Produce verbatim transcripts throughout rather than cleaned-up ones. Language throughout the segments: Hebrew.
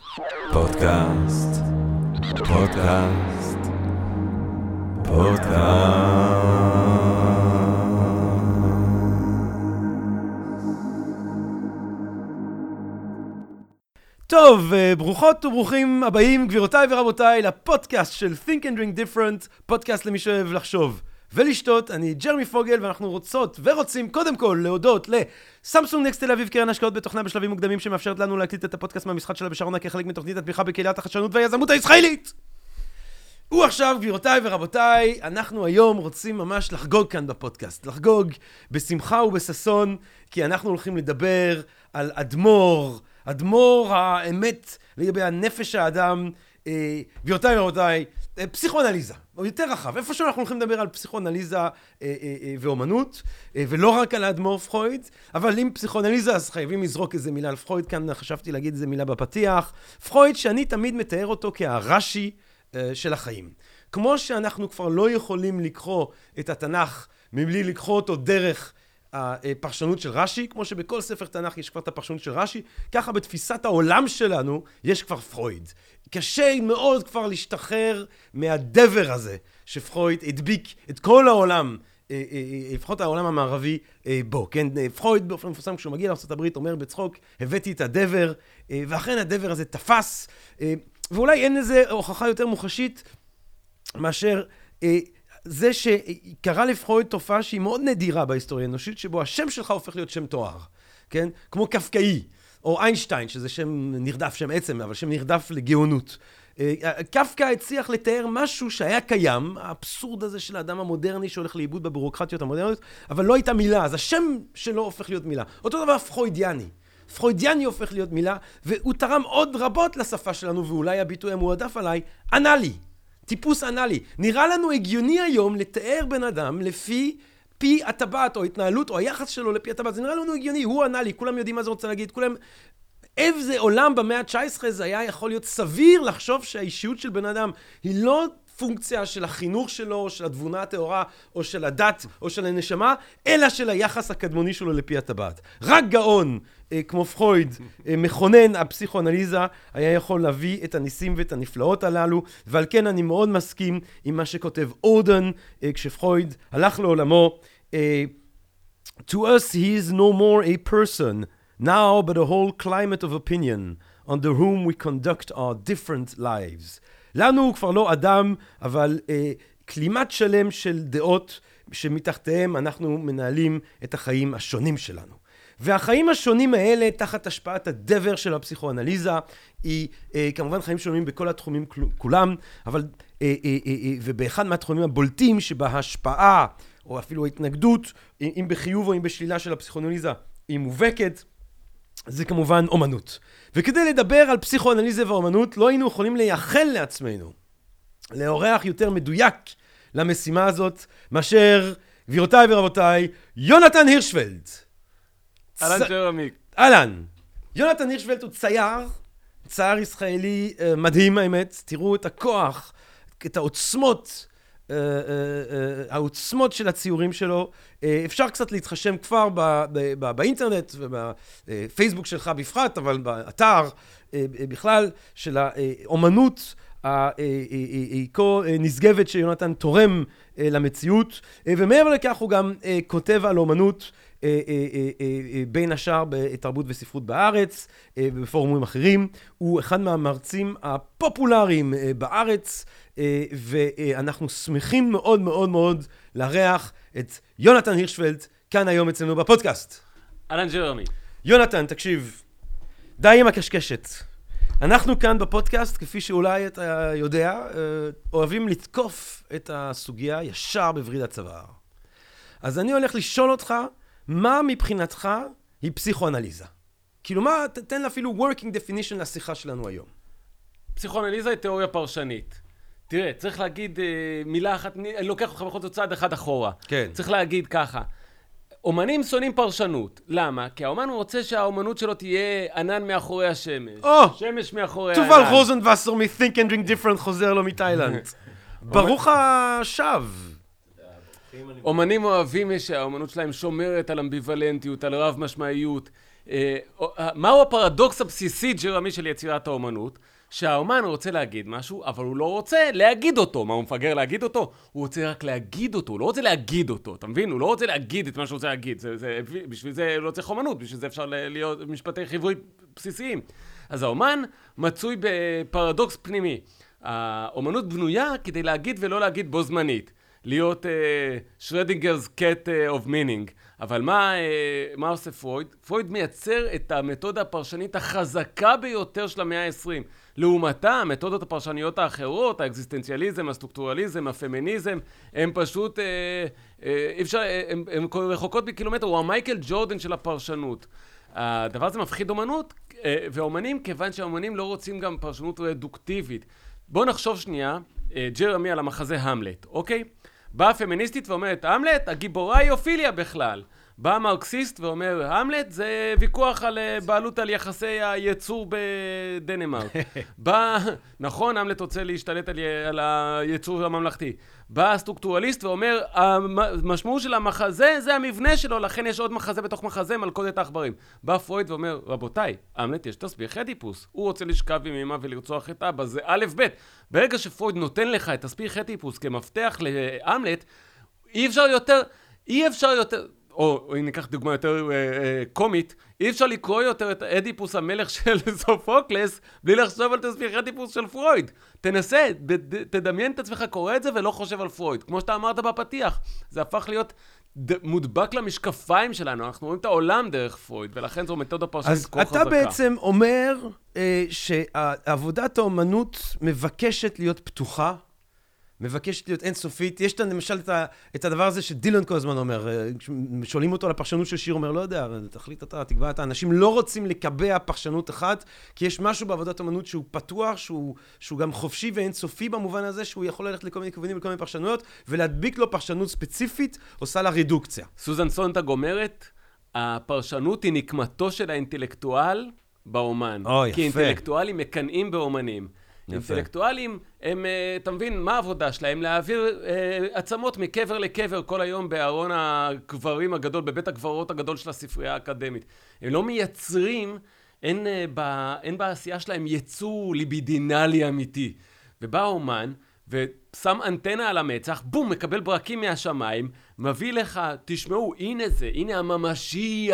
פודקאסט, פודקאסט, פודקאסט. טוב, ברוכות וברוכים הבאים, גבירותיי ורבותיי, לפודקאסט של Think and Drink Different, פודקאסט למי שאוהב לחשוב ולשתות. אני ג'רמי פוגל, ואנחנו רוצות ורוצים קודם כל להודות לסמסונג נקסט תל אביב, קרן השקעות בתוכנה בשלבים מוקדמים, שמאפשרת לנו להקליט את הפודקאסט מהמשחק שלה בשרונה כחלק מתוכנית התמיכה בקהילת החדשנות והיזמות הישראלית. ועכשיו, גבירותיי ורבותיי, אנחנו היום רוצים ממש לחגוג כאן בפודקאסט, לחגוג בשמחה ובששון, כי אנחנו הולכים לדבר על אדמו"ר, אדמו"ר האמת לגבי הנפש האדם. גבירותיי ורבותיי, פסיכואנליזה, או יותר רחב, איפה שאנחנו הולכים לדבר על פסיכואנליזה ואומנות, ולא רק על האדמו"ר פרויד, אבל עם פסיכואנליזה אז חייבים לזרוק איזה מילה על פרויד. כאן חשבתי להגיד איזה מילה בפתיח. פרויד, שאני תמיד מתאר אותו כהרש"י של החיים. כמו שאנחנו כבר לא יכולים לקרוא את התנ"ך מבלי לקרוא אותו דרך הפרשנות של רש"י, כמו שבכל ספר תנ"ך יש כבר את הפרשנות של רש"י, ככה בתפיסת העולם שלנו יש כבר פרויד. קשה מאוד כבר להשתחרר מהדבר הזה שפרויד הדביק את כל העולם, לפחות העולם המערבי בו, כן? פרויד באופן מפורסם כשהוא מגיע לארצות הברית אומר בצחוק, הבאתי את הדבר, ואכן הדבר הזה תפס, ואולי אין לזה הוכחה יותר מוחשית מאשר זה שקרה לפרויד תופעה שהיא מאוד נדירה בהיסטוריה האנושית, שבו השם שלך הופך להיות שם תואר, כן? כמו קפקאי, או איינשטיין, שזה שם נרדף, שם עצם, אבל שם נרדף לגאונות. קפקא הצליח לתאר משהו שהיה קיים, האבסורד הזה של האדם המודרני שהולך לאיבוד בבירוקרטיות המודרניות, אבל לא הייתה מילה, אז השם שלו הופך להיות מילה. אותו דבר פרוידיאני. פרוידיאני הופך להיות מילה, והוא תרם עוד רבות לשפה שלנו, ואולי הביטוי המועדף עליי, אנלי. טיפוס אנלי. נראה לנו הגיוני היום לתאר בן אדם לפי פי הטבעת, או התנהלות, או היחס שלו לפי הטבעת. זה נראה לנו הגיוני, הוא אנלי, כולם יודעים מה זה רוצה להגיד, כולם... איזה עולם במאה ה-תשע עשרה זה היה יכול להיות סביר לחשוב שהאישיות של בן אדם היא לא פונקציה של החינוך שלו, או של התבונה הטהורה, או של הדת, או של הנשמה, אלא של היחס הקדמוני שלו לפי הטבעת. רק גאון, אה, כמו פרויד, אה, מכונן הפסיכואנליזה, היה יכול להביא את הניסים ואת הנפלאות הללו, ועל כן אני מאוד מסכים עם מה שכותב אורדן, אה, כשפרויד הלך לעולמו. אה, To us he is no more a person, now but a whole climate of opinion, under whom we conduct our different lives. לנו הוא כבר לא אדם, אבל אה, קלימת שלם של דעות שמתחתיהם אנחנו מנהלים את החיים השונים שלנו. והחיים השונים האלה, תחת השפעת הדבר של הפסיכואנליזה, היא אה, כמובן חיים שונים בכל התחומים כולם, אבל אה, אה, אה, ובאחד מהתחומים הבולטים שבהשפעה, או אפילו ההתנגדות, אם בחיוב או אם בשלילה של הפסיכואנליזה, היא מובהקת, זה כמובן אומנות. וכדי לדבר על פסיכואנליזה ואומנות, לא היינו יכולים לייחל לעצמנו, לאורח יותר מדויק למשימה הזאת, מאשר, גבירותיי ורבותיי, יונתן הירשפלד. אהלן ג'רמי. אהלן. יונתן הירשפלד הוא צייר, צייר ישראלי uh, מדהים האמת. תראו את הכוח, את העוצמות, Uh, uh, uh, העוצמות של הציורים שלו. uh, אפשר קצת להתחשם כבר ב- ב- ב- באינטרנט ובפייסבוק שלך בפרט, אבל באתר uh, בכלל של האומנות הכה נשגבת שיונתן תורם uh, למציאות, uh, ומעבר לכך הוא גם uh, כותב על אומנות uh, uh, uh, uh, בין השאר בתרבות וספרות בארץ uh, ובפורומים אחרים. הוא אחד מהמרצים הפופולריים uh, בארץ, ואנחנו שמחים מאוד מאוד מאוד לארח את יונתן הירשפלד כאן היום אצלנו בפודקאסט. אהלן ג'רמי. יונתן, תקשיב, די עם הקשקשת. אנחנו כאן בפודקאסט, כפי שאולי אתה יודע, אוהבים לתקוף את הסוגיה ישר בווריד הצוואר. אז אני הולך לשאול אותך, מה מבחינתך היא פסיכואנליזה? כאילו מה, תתן לה אפילו working definition לשיחה שלנו היום. פסיכואנליזה היא תיאוריה פרשנית. תראה, צריך להגיד אה, מילה אחת, אני לוקח אותך בכל זאת צעד אחד אחורה. כן. צריך להגיד ככה, אומנים שונאים פרשנות. למה? כי האומן רוצה שהאומנות שלו תהיה ענן מאחורי השמש. או! שמש מאחורי הענן. תובל רוזנווסר מ-Think and Drink Different חוזר לו מתאילנד. ברוך השב. אומנים אוהבים שהאומנות שלהם שומרת על אמביוולנטיות, על רב משמעיות. מהו הפרדוקס הבסיסי, ג'רמי, של יצירת האומנות? שהאומן רוצה להגיד משהו, אבל הוא לא רוצה להגיד אותו. מה, הוא מפגר להגיד אותו? הוא רוצה רק להגיד אותו, הוא לא רוצה להגיד אותו, אתה מבין? הוא לא רוצה להגיד את מה שהוא רוצה להגיד. זה, זה, בשביל זה לא צריך אומנות, בשביל זה אפשר להיות משפטי חיווי בסיסיים. אז האומן מצוי בפרדוקס פנימי. האומנות בנויה כדי להגיד ולא להגיד בו זמנית. להיות שרדינגר's cat of meaning. אבל מה, uh, מה עושה פרויד? פרויד מייצר את המתודה הפרשנית החזקה ביותר של המאה ה-עשרים. לעומתה, המתודות הפרשניות האחרות, האקזיסטנציאליזם, הסטרוקטורליזם, הפמיניזם, הם פשוט, uh, uh, אפשר, הם, הם רחוקות בקילומטר, הוא המייקל ג'ורדן של הפרשנות. הדבר הזה מפחיד אומנות uh, ואומנים, כיוון שהאומנים לא רוצים גם פרשנות רדוקטיבית. בואו נחשוב שנייה, uh, ג'רמי על המחזה המלט, אוקיי? באה פמיניסטית ואומרת, המלט, הגיבורה היא אופיליה בכלל. בא מרקסיסט ואומר, המלט זה ויכוח על בעלות על יחסי הייצור בדנמרק. בא, נכון, המלט רוצה להשתלט על, על הייצור הממלכתי. בא הסטרוקטורליסט ואומר, המשמעות של המחזה זה המבנה שלו, לכן יש עוד מחזה בתוך מחזה, מלכודת העכברים. בא פרויד ואומר, רבותיי, המלט יש תסביך אדיפוס. הוא רוצה לשכב עם אמא ולרצוח את אבא, זה א' ב'. ברגע שפרויד נותן לך את תסביך אדיפוס כמפתח להמלט, אי אפשר יותר, אי אפשר יותר... או אם ניקח דוגמה יותר אה, אה, קומית, אי אפשר לקרוא יותר את אדיפוס המלך של סופוקלס בלי לחשוב על תסביך אדיפוס של פרויד. תנסה, ד, תדמיין את עצמך קורא את זה ולא חושב על פרויד. כמו שאתה אמרת בפתיח, זה הפך להיות ד, מודבק למשקפיים שלנו. אנחנו רואים את העולם דרך פרויד, ולכן זו מתודה פרשנית כה חזקה. אז אתה בעצם אומר אה, שעבודת האומנות מבקשת להיות פתוחה, מבקשת להיות אינסופית. יש למשל את, את הדבר הזה שדילן כל הזמן אומר, שואלים אותו על הפרשנות של שיר, אומר, לא יודע, תחליט אתה, תקבע את האנשים, לא רוצים לקבע פרשנות אחת, כי יש משהו בעבודת אמנות שהוא פתוח, שהוא, שהוא גם חופשי ואינסופי במובן הזה, שהוא יכול ללכת לכל מיני כיוונים ולכל מיני פרשנויות, ולהדביק לו פרשנות ספציפית, עושה לה רידוקציה. סוזן סונטג אומרת, הפרשנות היא נקמתו של האינטלקטואל באומן. או, יפה. כי אינטלקטואלים מקנאים באומנים. אינטלקטואלים, הם, אתה מבין, מה העבודה שלהם? להעביר אה, עצמות מקבר לקבר כל היום בארון הקברים הגדול, בבית הקברות הגדול של הספרייה האקדמית. הם לא מייצרים, אין, אה, אין בעשייה שלהם יצור ליבידינלי אמיתי. ובא האומן, ושם אנטנה על המצח, בום, מקבל ברקים מהשמיים, מביא לך, תשמעו, הנה זה, הנה הממשי,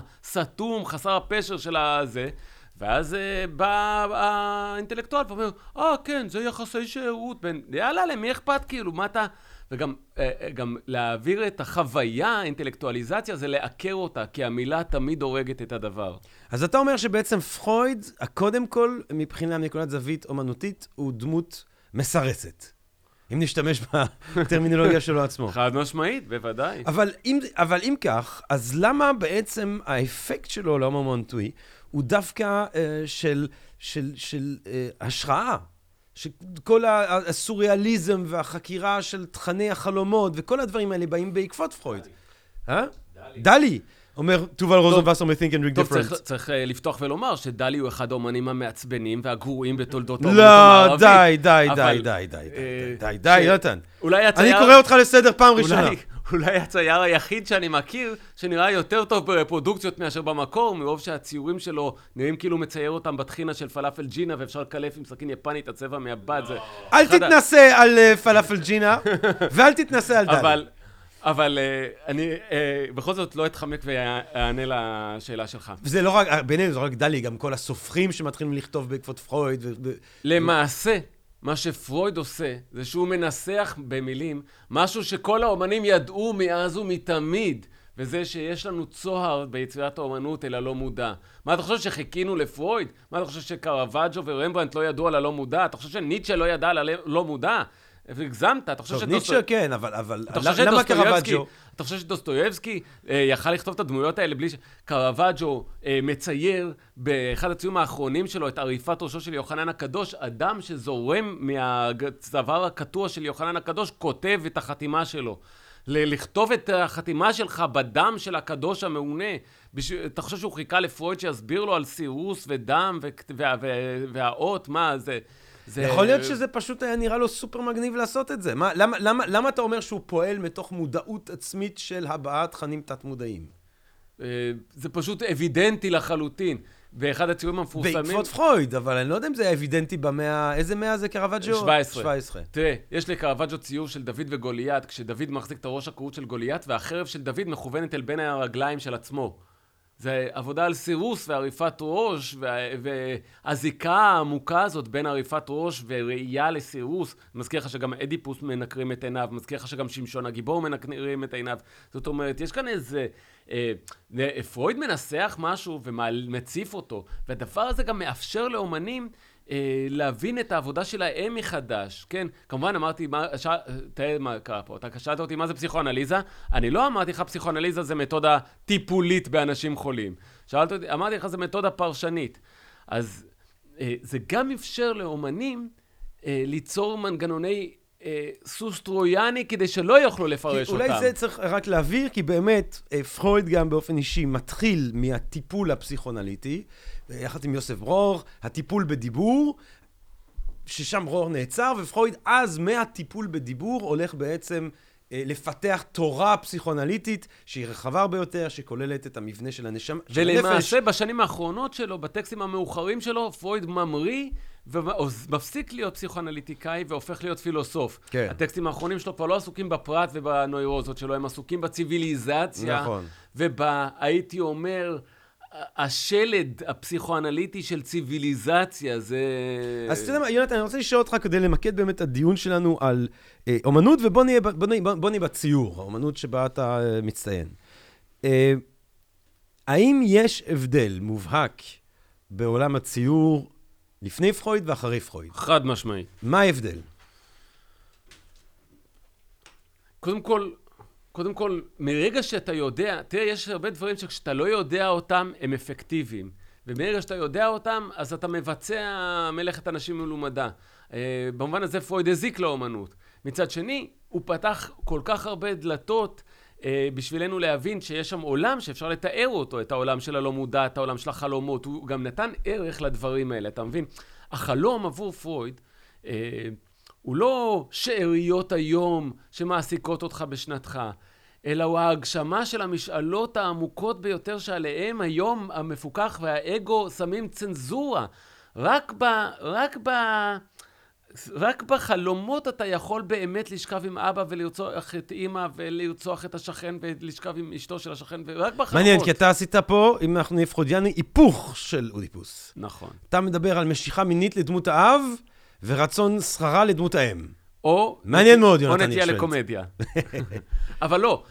הסתום, חסר הפשר של הזה, ואז uh, בא האינטלקטואל ואומר, אה, כן, זה יחסי שירות בין... יאללה, למי אכפת כאילו, מה אתה... וגם uh, גם להעביר את החוויה, האינטלקטואליזציה, זה לעקר אותה, כי המילה תמיד הורגת את הדבר. אז אתה אומר שבעצם פרויד, קודם כל, מבחינה מנקודת זווית אומנותית, הוא דמות מסרסת. אם נשתמש בטרמינולוגיה שלו עצמו. חד משמעית, בוודאי. אבל אם, אבל אם כך, אז למה בעצם האפקט שלו לעולם האומנותי הוא דווקא uh, של, של, של uh, השראה? שכל הסוריאליזם והחקירה של תכני החלומות וכל הדברים האלה באים בעקבות פרויד. דלי. דלי. דלי. אומר תובל רוזנווסר מ-Think and Drink Different. טוב, צריך לפתוח ולומר שדלי הוא אחד האומנים המעצבנים והגרועים בתולדות האומנות המערבית. לא, די, די, די, די, די, די, די, יונתן. אני קורא אותך לסדר פעם ראשונה. אולי הצייר היחיד שאני מכיר, שנראה יותר טוב בפרודוקציות מאשר במקור, מרוב שהציורים שלו נראים כאילו מצייר אותם בתחינה של פלאפל ג'ינה, ואפשר לקלף עם סכין יפנית הצבע מהבד. אל תתנסה על פלאפל ג'ינה, ואל תתנסה על דלי. אבל אני בכל זאת לא אתחמק ואענה לשאלה שלך. וזה לא רק, בינינו זה רק דלי, גם כל הסופרים שמתחילים לכתוב בעקבות פרויד. למעשה, מה שפרויד עושה, זה שהוא מנסח במילים, משהו שכל האומנים ידעו מאז ומתמיד, וזה שיש לנו צוהר ביצירת האומנות אל הלא מודע. מה אתה חושב שחיכינו לפרויד? מה אתה חושב שקרוואג'ו ורמברנדט לא ידעו על הלא מודע? אתה חושב שניטשה לא ידע על הלא מודע? הגזמת, אתה חושב שדוסטויבסקי... ניטשה כן, אבל למה קרוואג'ו? אתה חושב שדוסטויבסקי יכל לכתוב את הדמויות האלה בלי ש... קרוואג'ו מצייר באחד הציורים האחרונים שלו את עריפת ראשו של יוחנן הקדוש, אדם שזורם מהצוואר הקטוע של יוחנן הקדוש כותב את החתימה שלו. לכתוב את החתימה שלך בדם של הקדוש המעונה. אתה חושב שהוא חיכה לפרויד שיסביר לו על סירוס ודם והאות, מה זה... זה... יכול להיות שזה פשוט היה נראה לו סופר מגניב לעשות את זה. מה, למה, למה, למה אתה אומר שהוא פועל מתוך מודעות עצמית של הבעת תכנים תת-מודעים? זה פשוט אבידנטי לחלוטין. באחד הציורים המפורסמים... בעקבות פרויד, אבל אני לא יודע אם זה אבידנטי במאה... איזה מאה זה קרווג'ו? שבע עשרה. שבע עשרה. תראה, יש לקרווג'ו ציור של דוד וגוליית, כשדוד מחזיק את הראש הכרות של גוליית, והחרב של דוד מכוונת אל בין הרגליים של עצמו. זה עבודה על סירוס ועריפת ראש, והזיקה העמוקה הזאת בין עריפת ראש וראייה לסירוס. מזכיר לך שגם אדיפוס מנקרים את עיניו, מזכיר לך שגם שמשון הגיבור מנקרים את עיניו. זאת אומרת, יש כאן איזה... אה, פרויד מנסח משהו ומציף אותו, והדבר הזה גם מאפשר לאומנים אה, להבין את העבודה שלהם מחדש, כן? כמובן אמרתי, מה, ש... תראה מה קרה פה, אתה שאלת אותי מה זה פסיכואנליזה? אני לא אמרתי לך פסיכואנליזה זה מתודה טיפולית באנשים חולים. שאלת אותי, אמרתי לך זה מתודה פרשנית. אז אה, זה גם אפשר לאומנים אה, ליצור מנגנוני אה, סוס טרויאני כדי שלא יוכלו לפרש אותם. אולי זה צריך רק להבהיר, כי באמת פרויד גם באופן אישי מתחיל מהטיפול הפסיכואנליטי, יחד עם יוסף ברור, הטיפול בדיבור, ששם ברור נעצר, ופרויד אז מהטיפול בדיבור הולך בעצם אה, לפתח תורה פסיכואנליטית שהיא רחבה ביותר, שכוללת את המבנה של הנשמה. ולמעשה בשנים האחרונות שלו, בטקסטים המאוחרים שלו, פרויד ממריא ומפסיק להיות פסיכואנליטיקאי והופך להיות פילוסוף. כן. הטקסטים האחרונים שלו כבר לא עסוקים בפרט ובנוירוזות שלו, הם עסוקים בציביליזציה. נכון. והייתי אומר... השלד הפסיכואנליטי של ציביליזציה, זה... אז אתה יודע מה, יונתן, אני רוצה לשאול אותך כדי למקד באמת את הדיון שלנו על אה, אומנות, ובוא נהיה, בוא נהיה, בוא נהיה בציור, האומנות שבה אתה אה, מצטיין. אה, האם יש הבדל מובהק בעולם הציור לפני פרויד ואחרי פרויד? חד משמעי. מה ההבדל? קודם כל... קודם כל, מרגע שאתה יודע, תראה, יש הרבה דברים שכשאתה לא יודע אותם, הם אפקטיביים. ומרגע שאתה יודע אותם, אז אתה מבצע מלאכת אנשים מלומדה. אה, במובן הזה פרויד הזיק לאומנות. מצד שני, הוא פתח כל כך הרבה דלתות אה, בשבילנו להבין שיש שם עולם שאפשר לתאר אותו, את העולם של הלא מודע, את העולם של החלומות. הוא גם נתן ערך לדברים האלה, אתה מבין? החלום עבור פרויד, אה, הוא לא שאריות היום שמעסיקות אותך בשנתך, אלא הוא ההגשמה של המשאלות העמוקות ביותר שעליהם היום המפוקח והאגו שמים צנזורה. רק ב... רק ב... רק בחלומות אתה יכול באמת לשכב עם אבא ולרצוח את אמא ולרצוח את השכן ולשכב עם אשתו של השכן, ורק בחלומות. מעניין, כי אתה עשית פה, אם אנחנו נהיה פרוידיאני, היפוך של אודיפוס. נכון. אתה מדבר על משיכה מינית לדמות האב, ורצון שכרה לדמות האם. או... מעניין מאוד, יונתן. או נטייה לקומדיה. אבל לא,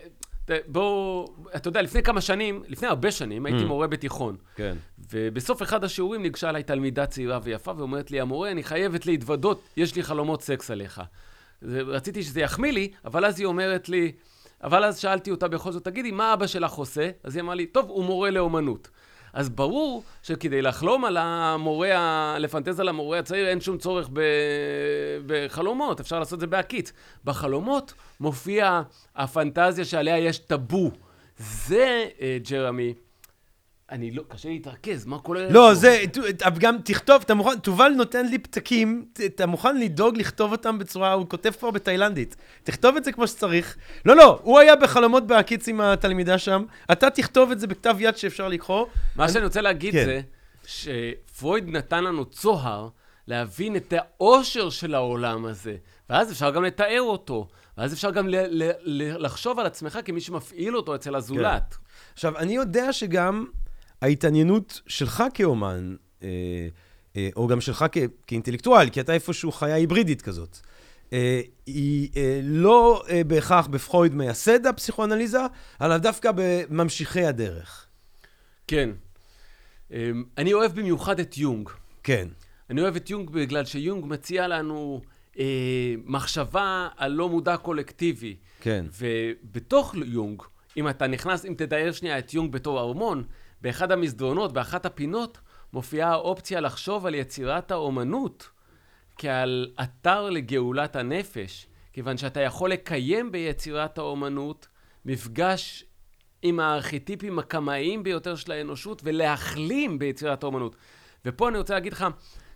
בואו, אתה יודע, לפני כמה שנים, לפני הרבה שנים, הייתי מורה בתיכון. כן. ובסוף אחד השיעורים ניגשה עליי תלמידה צעירה ויפה, ואומרת לי, המורה, אני חייבת להתוודות, יש לי חלומות סקס עליך. רציתי שזה יחמיא לי, אבל אז היא אומרת לי, אבל אז שאלתי אותה בכל זאת, תגידי, מה אבא שלך עושה? אז היא אמרה לי, טוב, הוא מורה לאומנות. אז ברור שכדי לחלום על המורה, לפנטז על המורה הצעיר, אין שום צורך ב... בחלומות, אפשר לעשות את זה בהקיץ. בחלומות מופיע הפנטזיה שעליה יש טאבו. זה, ג'רמי, אני לא, קשה להתרכז, מה קורה? לא, זה, גם תכתוב, אתה מוכן, תובל נותן לי פתקים, אתה מוכן לדאוג לכתוב אותם בצורה, הוא כותב כבר בתאילנדית. תכתוב את זה כמו שצריך. לא, לא, הוא היה בחלומות בהקיץ עם התלמידה שם, אתה תכתוב את זה בכתב יד שאפשר לקרוא. מה שאני רוצה להגיד זה, שפרויד נתן לנו צוהר להבין את האושר של העולם הזה, ואז אפשר גם לתאר אותו, ואז אפשר גם לחשוב על עצמך כמי שמפעיל אותו אצל הזולת. עכשיו, אני יודע שגם ההתעניינות שלך כאומן, אה, אה, או גם שלך כ- כאינטלקטואל, כי אתה איפשהו חיה היברידית כזאת, אה, היא אה, לא אה, בהכרח בפרויד מייסד הפסיכואנליזה, אלא דווקא בממשיכי הדרך. כן. אה, אני אוהב במיוחד את יונג. כן. אני אוהב את יונג בגלל שיונג מציע לנו אה, מחשבה על לא מודע קולקטיבי. כן. ובתוך יונג, אם אתה נכנס, אם תדאר שנייה את יונג בתור ארמון, באחד המסדרונות, באחת הפינות, מופיעה האופציה לחשוב על יצירת האומנות כעל אתר לגאולת הנפש, כיוון שאתה יכול לקיים ביצירת האומנות מפגש עם הארכיטיפים הקמאיים ביותר של האנושות, ולהחלים ביצירת האומנות. ופה אני רוצה להגיד לך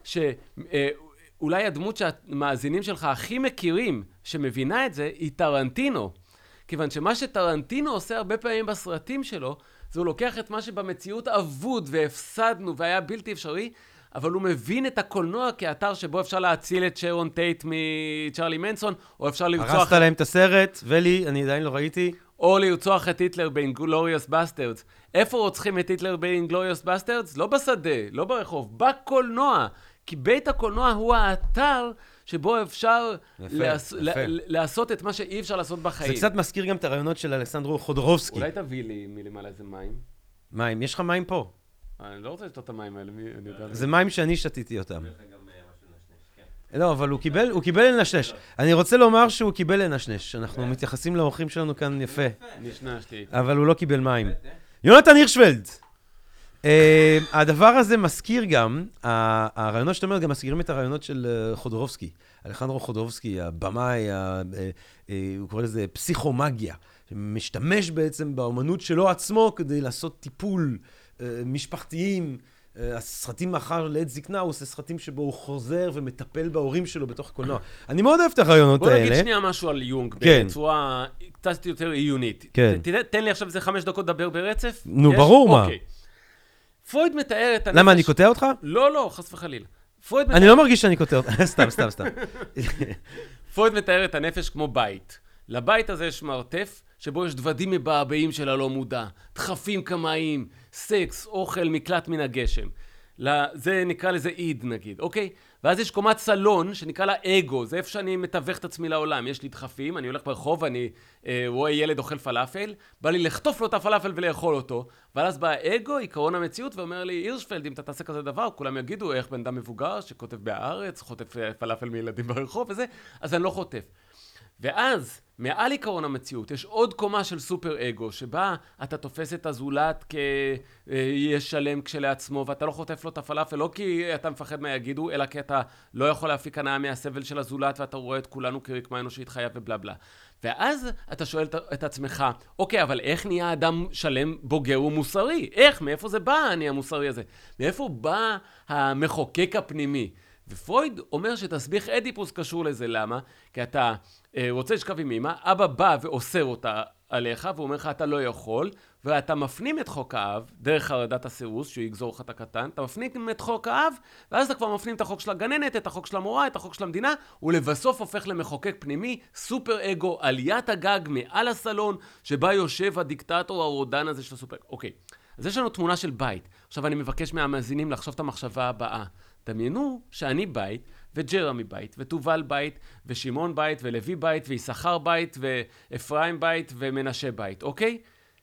שאולי הדמות שהמאזינים שלך הכי מכירים, שמבינה את זה, היא טרנטינו. כיוון שמה שטרנטינו עושה הרבה פעמים בסרטים שלו, זה הוא לוקח את מה שבמציאות אבוד והפסדנו והיה בלתי אפשרי, אבל הוא מבין את הקולנוע כאתר שבו אפשר להציל את שרון טייט מצ'רלי מנסון, או אפשר לרצוח... הרסת להם את הסרט, ולי, אני עדיין לא ראיתי. או לרצוח את היטלר באינגלוריוס בסטרדס. איפה רוצחים את היטלר באינגלוריוס בסטרדס? לא בשדה, לא ברחוב, בקולנוע. כי בית הקולנוע הוא האתר שבו אפשר יפה, לעש... יפה. לעשות את מה שאי אפשר לעשות בחיים. זה קצת מזכיר גם את הרעיונות של אלכסנדרו חודורובסקי. אולי תביא לי מלמעלה איזה מים. מים, יש לך מים פה? אני לא רוצה לשתות את המים האלה, מי... אני יודע... זה מים שאני שתיתי אותם. לא, אבל הוא קיבל, הוא קיבל לנשנש. אני רוצה לומר שהוא קיבל לנשנש. אנחנו מתייחסים לאורחים שלנו כאן יפה. נשנשתי. אבל הוא לא קיבל מים. יונתן הירשוולד. הדבר הזה מזכיר גם, הרעיונות שאתה אומר גם מזכירים את הרעיונות של חודורובסקי. אלכסנדרו חודורובסקי, הבמאי, הוא קורא לזה פסיכומגיה, שמשתמש בעצם באומנות שלו עצמו כדי לעשות טיפול משפחתיים. הסרטים מאחר לעת זקנה, הוא עושה סרטים שבו הוא חוזר ומטפל בהורים שלו בתוך הקולנוע. אני מאוד אוהב את הרעיונות האלה. בוא נגיד שנייה משהו על יונג, בצורה קצת יותר עיונית. תן לי עכשיו איזה חמש דקות לדבר ברצף. נו, ברור מה. פרויד מתאר את הנפש... למה, אני קוטע אותך? לא, לא, חס וחליל. אני לא מרגיש שאני קוטע אותך. סתם, סתם, סתם. פרויד מתאר את הנפש כמו בית. לבית הזה יש מרתף, שבו יש דוודים מבעבעים של הלא מודע, דחפים קמאיים, סקס, אוכל, מקלט מן הגשם. זה נקרא לזה איד נגיד, אוקיי? ואז יש קומת סלון שנקרא לה אגו, זה איפה שאני מתווך את עצמי לעולם. יש לי דחפים, אני הולך ברחוב, אני אה, רואה ילד אוכל פלאפל, בא לי לחטוף לו את הפלאפל ולאכול אותו, ואז בא האגו, עיקרון המציאות, ואומר לי, הירשפלד, אם אתה תעשה כזה דבר, כולם יגידו איך בן אדם מבוגר שכותב בהארץ, חוטף פלאפל מילדים ברחוב וזה, אז אני לא חוטף. ואז, מעל עיקרון המציאות, יש עוד קומה של סופר אגו, שבה אתה תופס את הזולת כיש שלם כשלעצמו, ואתה לא חוטף לו את הפלאפל, לא כי אתה מפחד מה יגידו, אלא כי אתה לא יכול להפיק הנאה מהסבל של הזולת, ואתה רואה את כולנו כרקמה אנושית חיה ובלה בלה. ואז אתה שואל את עצמך, אוקיי, אבל איך נהיה אדם שלם בוגר ומוסרי? איך? מאיפה זה בא, אני המוסרי הזה? מאיפה בא המחוקק הפנימי? ופרויד אומר שתסביך אדיפוס קשור לזה, למה? כי אתה אה, רוצה לשכב עם אמא, אבא בא ואוסר אותה עליך, והוא אומר לך, אתה לא יכול, ואתה מפנים את חוק האב, דרך חרדת הסירוס, שהוא יגזור לך את הקטן, אתה מפנים את חוק האב, ואז אתה כבר מפנים את החוק של הגננת, את החוק של המורה, את החוק של המדינה, ולבסוף הופך למחוקק פנימי, סופר אגו, עליית הגג מעל הסלון, שבה יושב הדיקטטור הרודן הזה של הסופר. אוקיי, אז יש לנו תמונה של בית. עכשיו אני מבקש מהמאזינים לחשוב את המחשבה הבאה. דמיינו שאני בית, וג'רמי בית, ותובל בית, ושמעון בית, ולוי בית, ויששכר בית, ואפרים בית, ומנשה בית, אוקיי?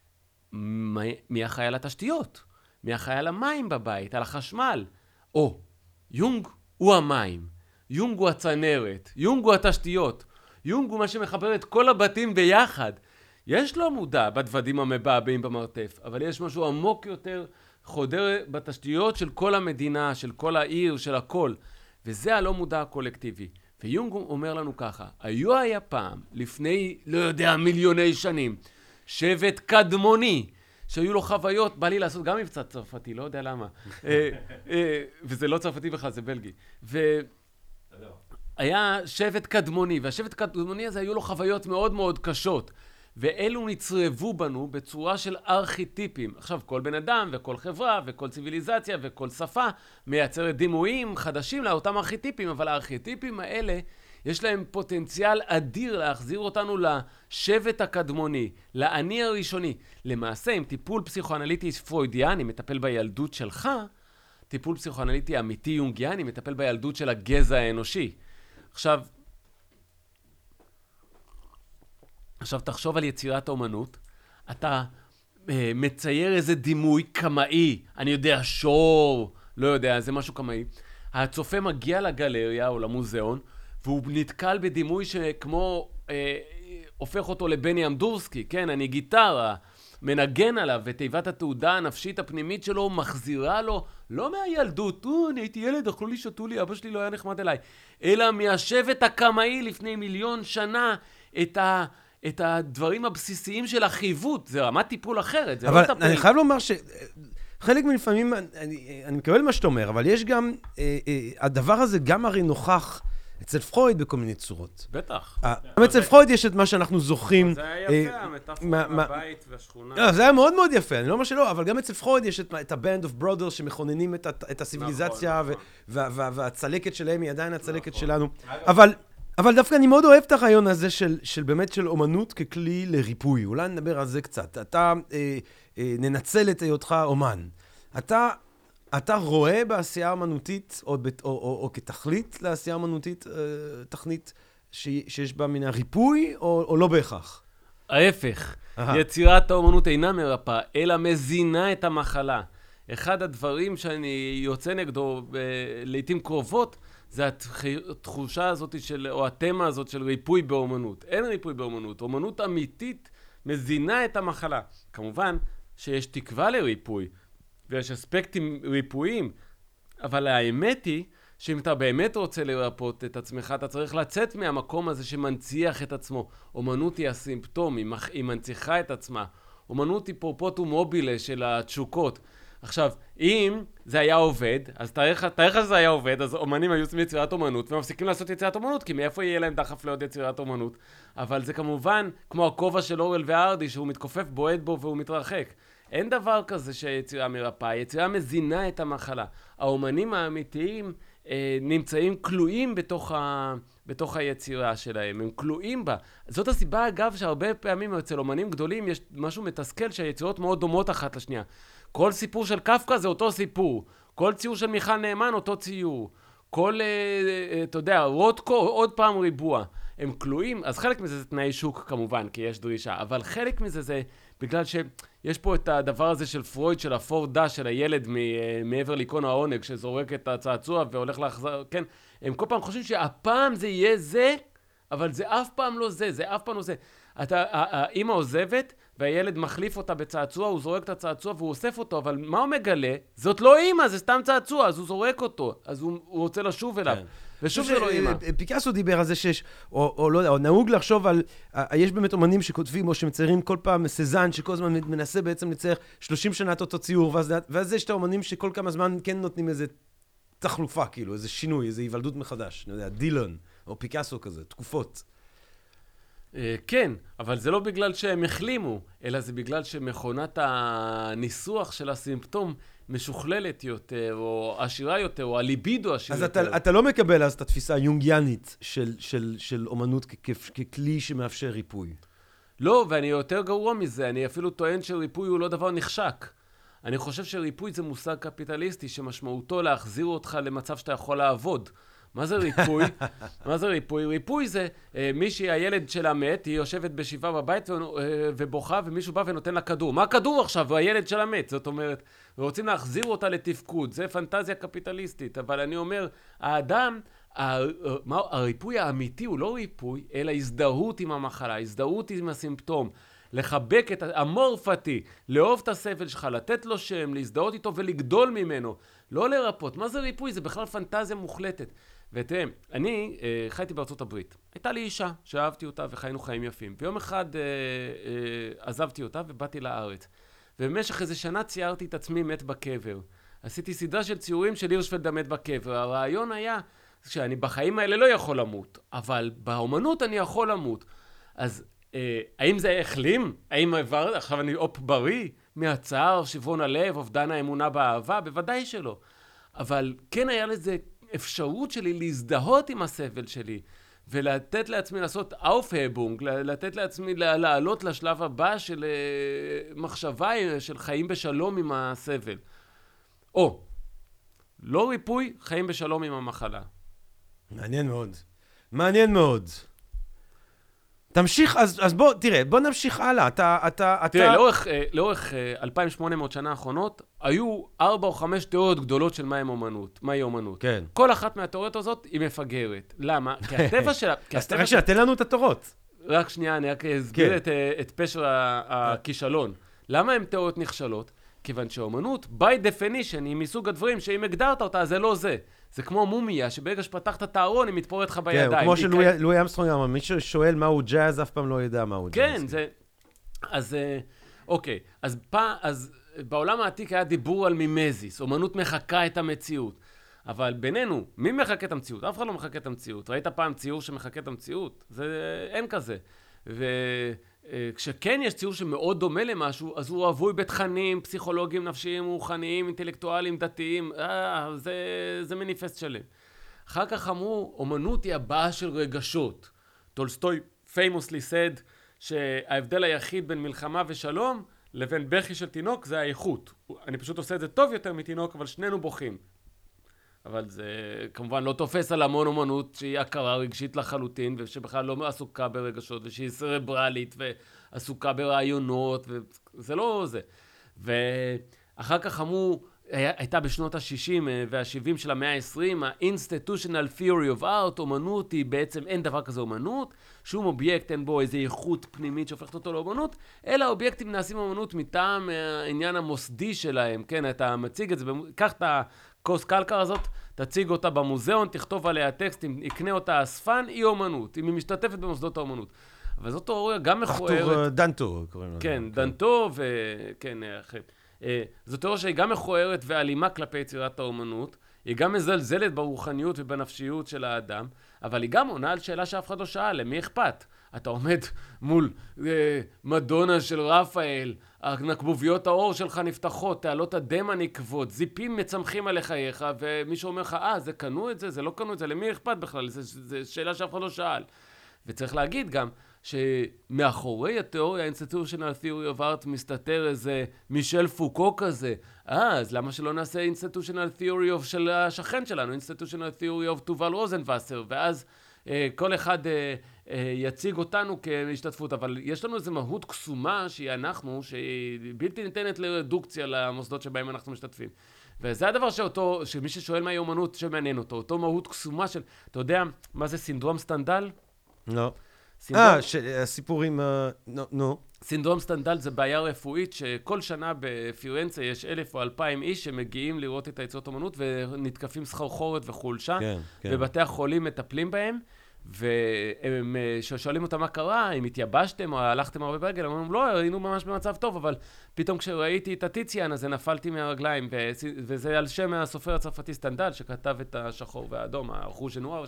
מי אחראי על התשתיות? מי אחראי על המים בבית, על החשמל? או, יונג הוא המים, יונג הוא הצנרת, יונג הוא התשתיות, יונג הוא מה שמחבר את כל הבתים ביחד. יש לו מודע בדוודים המבעבעים במרתף, אבל יש משהו עמוק יותר חודר בתשתיות של כל המדינה, של כל העיר, של הכל. וזה הלא מודע הקולקטיבי. ויונג אומר לנו ככה, היו היה פעם, לפני, לא יודע, מיליוני שנים, שבט קדמוני, שהיו לו חוויות, בא לי לעשות גם מבצע צרפתי, לא יודע למה. וזה לא צרפתי בכלל, זה בלגי. והיה שבט קדמוני, והשבט קדמוני הזה היו לו חוויות מאוד מאוד קשות. ואלו נצרבו בנו בצורה של ארכיטיפים. עכשיו, כל בן אדם וכל חברה וכל ציוויליזציה וכל שפה מייצרת דימויים חדשים לאותם ארכיטיפים, אבל הארכיטיפים האלה יש להם פוטנציאל אדיר להחזיר אותנו לשבט הקדמוני, לעני הראשוני. למעשה, עם טיפול פסיכואנליטי פרוידיאני מטפל בילדות שלך, טיפול פסיכואנליטי אמיתי יונגיאני מטפל בילדות של הגזע האנושי. עכשיו, עכשיו תחשוב על יצירת האומנות, אתה אה, מצייר איזה דימוי קמאי, אני יודע, שור, לא יודע, זה משהו קמאי. הצופה מגיע לגלריה או למוזיאון, והוא נתקל בדימוי שכמו, אה, הופך אותו לבני אמדורסקי, כן, אני גיטרה, מנגן עליו, ותיבת התעודה הנפשית הפנימית שלו מחזירה לו, לא מהילדות, או, אני הייתי ילד, אכלו לי, שתו לי, אבא שלי לא היה נחמד אליי, אלא מהשבט הקמאי לפני מיליון שנה, את ה... את הדברים הבסיסיים של החיווט, זה רמת טיפול אחרת, זה אבל לא טפל. אני חייב לומר שחלק מלפעמים, אני, אני מקבל מה שאתה אומר, אבל יש גם, אה, אה, הדבר הזה גם הרי נוכח אצל פרויד בכל מיני צורות. בטח. גם אצל פרויד יש את מה שאנחנו זוכרים. זה היה יפה, המטאפורה מהבית והשכונה. זה היה מאוד מאוד יפה, אני לא אומר שלא, אבל גם אצל פרויד יש את ה-Band of Brothers שמכוננים את הסיביליזציה, והצלקת שלהם היא עדיין הצלקת שלנו. אבל דווקא אני מאוד אוהב את הרעיון הזה של באמת של אומנות ככלי לריפוי. אולי נדבר על זה קצת. אתה ננצל את היותך אומן. אתה... אתה רואה בעשייה אמנותית, או, או, או, או כתכלית לעשייה אמנותית, תכנית שיש בה מן הריפוי, או, או לא בהכרח? ההפך. יצירת האמנות אינה מרפאה, אלא מזינה את המחלה. אחד הדברים שאני יוצא נגדו לעתים קרובות, זה התחושה הזאת של, או התמה הזאת של ריפוי באמנות. אין ריפוי באמנות. אמנות אמיתית מזינה את המחלה. כמובן שיש תקווה לריפוי. ויש אספקטים ריפויים, אבל האמת היא שאם אתה באמת רוצה לרפות את עצמך, אתה צריך לצאת מהמקום הזה שמנציח את עצמו. אומנות היא הסימפטום, היא, מח... היא מנציחה את עצמה. אומנות היא פרופוטו מובילה של התשוקות. עכשיו, אם זה היה עובד, אז תאר לך שזה היה עובד, אז אומנים היו עושים יצירת אומנות, ומפסיקים לעשות יצירת אומנות, כי מאיפה יהיה להם דחף לעוד יצירת אומנות? אבל זה כמובן כמו הכובע של אורל וארדי, שהוא מתכופף, בועט בו והוא מתרחק. אין דבר כזה שיצירה מרפאה, יצירה מזינה את המחלה. האומנים האמיתיים אה, נמצאים כלואים בתוך, ה, בתוך היצירה שלהם, הם כלואים בה. זאת הסיבה אגב שהרבה פעמים אצל אומנים גדולים יש משהו מתסכל שהיצירות מאוד דומות אחת לשנייה. כל סיפור של קפקא זה אותו סיפור, כל ציור של מיכל נאמן אותו ציור, כל, אה, אה, אתה יודע, רוטקו עוד פעם ריבוע. הם כלואים, אז חלק מזה זה תנאי שוק כמובן, כי יש דרישה, אבל חלק מזה זה בגלל שיש פה את הדבר הזה של פרויד, של הפורדה, של הילד מעבר ליקון העונג, שזורק את הצעצוע והולך להחזר, כן, הם כל פעם חושבים שהפעם זה יהיה זה, אבל זה אף פעם לא זה, זה אף פעם לא זה. אתה, האמא עוזבת, והילד מחליף אותה בצעצוע, הוא זורק את הצעצוע והוא אוסף אותו, אבל מה הוא מגלה? זאת לא אמא, זה סתם צעצוע, אז הוא זורק אותו, אז הוא, הוא רוצה לשוב אליו. כן. ושוב זה לא אמא. פיקאסו דיבר על זה שיש, או, או לא יודע, או נהוג לחשוב על, יש באמת אומנים שכותבים או שמציירים כל פעם סזן, שכל הזמן מנסה בעצם לצייר שלושים שנה אותו ציור, ואז, ואז יש את האומנים שכל כמה זמן כן נותנים איזה תחלופה, כאילו, איזה שינוי, איזה היוולדות מחדש, אני יודע, דילון, או פיקאסו כזה, תקופות. כן, אבל זה לא בגלל שהם החלימו, אלא זה בגלל שמכונת הניסוח של הסימפטום משוכללת יותר, או עשירה יותר, או הליבידו עשיר אז יותר. אז אתה, אתה לא מקבל אז את התפיסה היונגיאנית של, של, של אומנות כ- כ- ככלי שמאפשר ריפוי. לא, ואני יותר גרוע מזה, אני אפילו טוען שריפוי הוא לא דבר נחשק. אני חושב שריפוי זה מושג קפיטליסטי, שמשמעותו להחזיר אותך למצב שאתה יכול לעבוד. מה זה ריפוי? מה זה ריפוי? ריפוי זה אה, מישהי, הילד שלה מת, היא יושבת בשבעה בבית ו, אה, ובוכה, ומישהו בא ונותן לה כדור. מה הכדור עכשיו? הילד שלה מת. זאת אומרת, ורוצים להחזיר אותה לתפקוד. זה פנטזיה קפיטליסטית. אבל אני אומר, האדם, ה, מה, הריפוי האמיתי הוא לא ריפוי, אלא הזדהות עם המחלה, הזדהות עם הסימפטום. לחבק את המורפתי, לאהוב את הסבל שלך, לתת לו שם, להזדהות איתו ולגדול ממנו. לא לרפות. מה זה ריפוי? זה בכלל פנטזיה מוחלטת. ותראה, אני אה, חייתי בארצות הברית. הייתה לי אישה שאהבתי אותה וחיינו חיים יפים. ויום אחד אה, אה, עזבתי אותה ובאתי לארץ. ובמשך איזה שנה ציירתי את עצמי מת בקבר. עשיתי סדרה של ציורים של הירשפלד המת בקבר. הרעיון היה שאני בחיים האלה לא יכול למות, אבל באומנות אני יכול למות. אז אה, האם זה החלים? האם עבר, עכשיו אני אופ בריא? מהצער, שברון הלב, אובדן האמונה באהבה? בוודאי שלא. אבל כן היה לזה אפשרות שלי להזדהות עם הסבל שלי, ולתת לעצמי לעשות אופהבונג, לתת לעצמי לעלות לשלב הבא של מחשבה, של חיים בשלום עם הסבל. או, לא ריפוי, חיים בשלום עם המחלה. מעניין מאוד. מעניין מאוד. תמשיך, אז, אז בוא, תראה, בוא נמשיך הלאה. אתה, אתה, אתה... תראה, לאורך, לאורך אלפיים ושמונה מאות שנה האחרונות, היו ארבע או חמש תיאוריות גדולות של מהי אומנות. מהי אומנות. כן. כל אחת מהתיאוריות הזאת היא מפגרת. למה? כי הטבע שלה... אז רק שלה, תן לנו את התורות. רק שנייה, אני רק אסביר את, את פשר הכישלון. למה הן תיאוריות נכשלות? כיוון שהאומנות, by definition, היא מסוג הדברים שאם הגדרת אותה, זה לא זה. זה כמו מומיה, שברגע שפתחת את הארון, היא מתפוררת לך בידיים. כן, כמו שלואי אמסטרונג אמר, מי ששואל מהו ג'אז, אף פעם לא ידע מהו ג'אז. כן, זה... אז, אוקיי, אז, פע... אז בעולם העתיק היה דיבור על מימזיס, אומנות מחקה את המציאות. אבל בינינו, מי מחכה את המציאות? אף אחד לא מחכה את המציאות. ראית פעם ציור שמחכה את המציאות? זה, אין כזה. וכשכן יש ציור שמאוד דומה למשהו, אז הוא רבוי בתכנים, פסיכולוגיים, נפשיים, רוחניים, אינטלקטואליים, דתיים. אה, זה, זה מניפסט שלם. אחר כך אמרו, אומנות היא הבאה של רגשות. טולסטוי famously said שההבדל היחיד בין מלחמה ושלום לבין בכי של תינוק זה האיכות. אני פשוט עושה את זה טוב יותר מתינוק, אבל שנינו בוכים. אבל זה כמובן לא תופס על המון אומנות שהיא הכרה רגשית לחלוטין, ושבכלל לא עסוקה ברגשות, ושהיא סרברלית ועסוקה ברעיונות, וזה לא זה. ואחר כך אמרו, הייתה בשנות ה-שישים וה-שבעים של המאה ה-עשרים, ה-Institutional Theory of Art, אומנות היא בעצם, אין דבר כזה אומנות, שום אובייקט אין בו איזו איכות פנימית שהופכת אותו לאומנות, אלא אובייקטים נעשים אומנות מטעם העניין המוסדי שלהם, כן, אתה מציג את זה, קח את הכוס קלקר הזאת, תציג אותה במוזיאון, תכתוב עליה טקסט, יקנה אותה אספן, היא אומנות, אם היא משתתפת במוסדות האומנות. אבל זאת תיאוריה גם מכוערת. ארתור דנטו, קוראים לזה. כן, דנטו וכן, אחרי. זו תיאוריה שהיא גם מכוערת ואלימה כלפי יצירת האומנות, היא גם מזלזלת ברוחניות ובנפשיות של האדם, אבל היא גם עונה על שאלה שאף אחד לא שאל, למי אכפת? אתה עומד מול אה, מדונה של רפאל, נקבוביות האור שלך נפתחות, תעלות הדמה נקבות, זיפים מצמחים על לחייך, ומישהו אומר לך, אה, זה קנו את זה, זה לא קנו את זה, למי אכפת בכלל? זו שאלה שאף אחד לא שאל. וצריך להגיד גם, שמאחורי התיאוריה, Institutional Theory of Art, מסתתר איזה מישל פוקו כזה. אה, אז למה שלא נעשה Institutional Theory of של השכן שלנו, Institutional Theory of תובל רוזנווסר, ואז אה, כל אחד אה, אה, יציג אותנו כהשתתפות, אבל יש לנו איזו מהות קסומה שהיא אנחנו, שהיא בלתי ניתנת לרדוקציה למוסדות שבהם אנחנו משתתפים. וזה הדבר שאותו, שמי ששואל מהי אומנות שמעניין אותו, אותו מהות קסומה של, אתה יודע מה זה סינדרום סטנדל? לא. אה, הסיפורים, נו. סינדרום סטנדל זה בעיה רפואית שכל שנה בפירנצה יש אלף או אלפיים איש שמגיעים לראות את היצירות אומנות ונתקפים סחרחורת וחולשה, ובתי החולים מטפלים בהם, והם שואלים אותם מה קרה, אם התייבשתם או הלכתם הרבה ברגל, הם אומרים, לא, היינו ממש במצב טוב, אבל פתאום כשראיתי את הטיציאן הזה נפלתי מהרגליים, וזה על שם הסופר הצרפתי סטנדל שכתב את השחור והאדום, החוש נואר,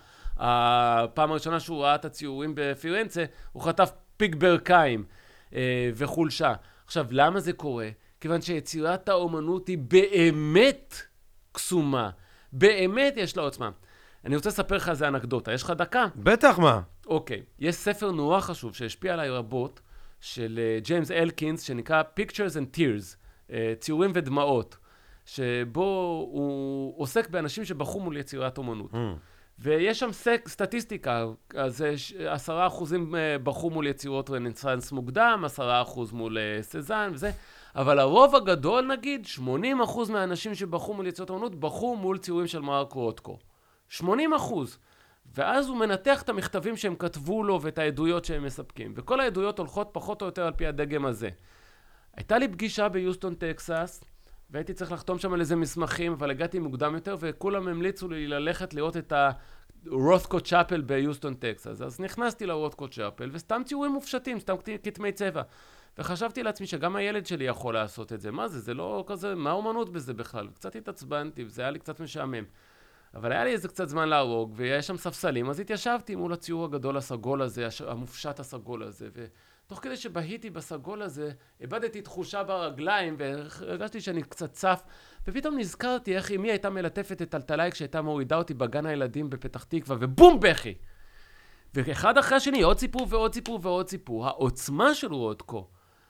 שהפעם הראשונה שהוא ראה את הציורים בפירנצה, הוא חטף פיק ברכיים וחולשה. עכשיו, למה זה קורה? כיוון שיצירת האומנות היא באמת קסומה, באמת יש לה עוצמה. אני רוצה לספר לך איזה אנקדוטה, יש לך דקה? בטח, מה? אוקיי, יש ספר נורא חשוב שהשפיע עליי רבות, של ג'יימס אלקינס, שנקרא Pictures and Tears, ציורים ודמעות, שבו הוא עוסק באנשים שבחרו מול יצירת אומנות. Mm. ויש שם סק, סטטיסטיקה, אז עשרה אחוזים בחרו מול יצירות רנסנס מוקדם, עשרה אחוז מול סזן וזה, אבל הרוב הגדול, נגיד, שמונים אחוז מהאנשים שבחרו מול יצירות אומנות, בחרו מול ציורים של מרק רוטקו. שמונים אחוז. ואז הוא מנתח את המכתבים שהם כתבו לו ואת העדויות שהם מספקים. וכל העדויות הולכות פחות או יותר על פי הדגם הזה. הייתה לי פגישה ביוסטון, טקסס, והייתי צריך לחתום שם על איזה מסמכים, אבל הגעתי מוקדם יותר, וכולם המליצו לי ללכת לראות את הרות'קו צ'אפל ביוסטון, טקסס. אז נכנסתי לרות'קו צ'אפל, וסתם ציורים מופשטים, סתם כתמי צבע. וחשבתי לעצמי שגם הילד שלי יכול לעשות את זה. מה זה? זה לא כזה, מה האומנות בזה בכלל? קצת התעצבנתי, וזה היה לי קצת משעמם. אבל היה לי איזה קצת זמן להרוג, ויש שם ספסלים, אז התיישבתי מול הציור הגדול הסגול הזה, המופשט הסגול הזה, ותוך כדי שבהיתי בסגול הזה, איבדתי תחושה ברגליים, והרגשתי שאני קצת צף, ופתאום נזכרתי איך אמי הייתה מלטפת את טלטליי כשהייתה מורידה אותי בגן הילדים בפתח תקווה, ובום בכי! ואחד אחרי השני, עוד סיפור ועוד סיפור ועוד סיפור. העוצמה של רודקו,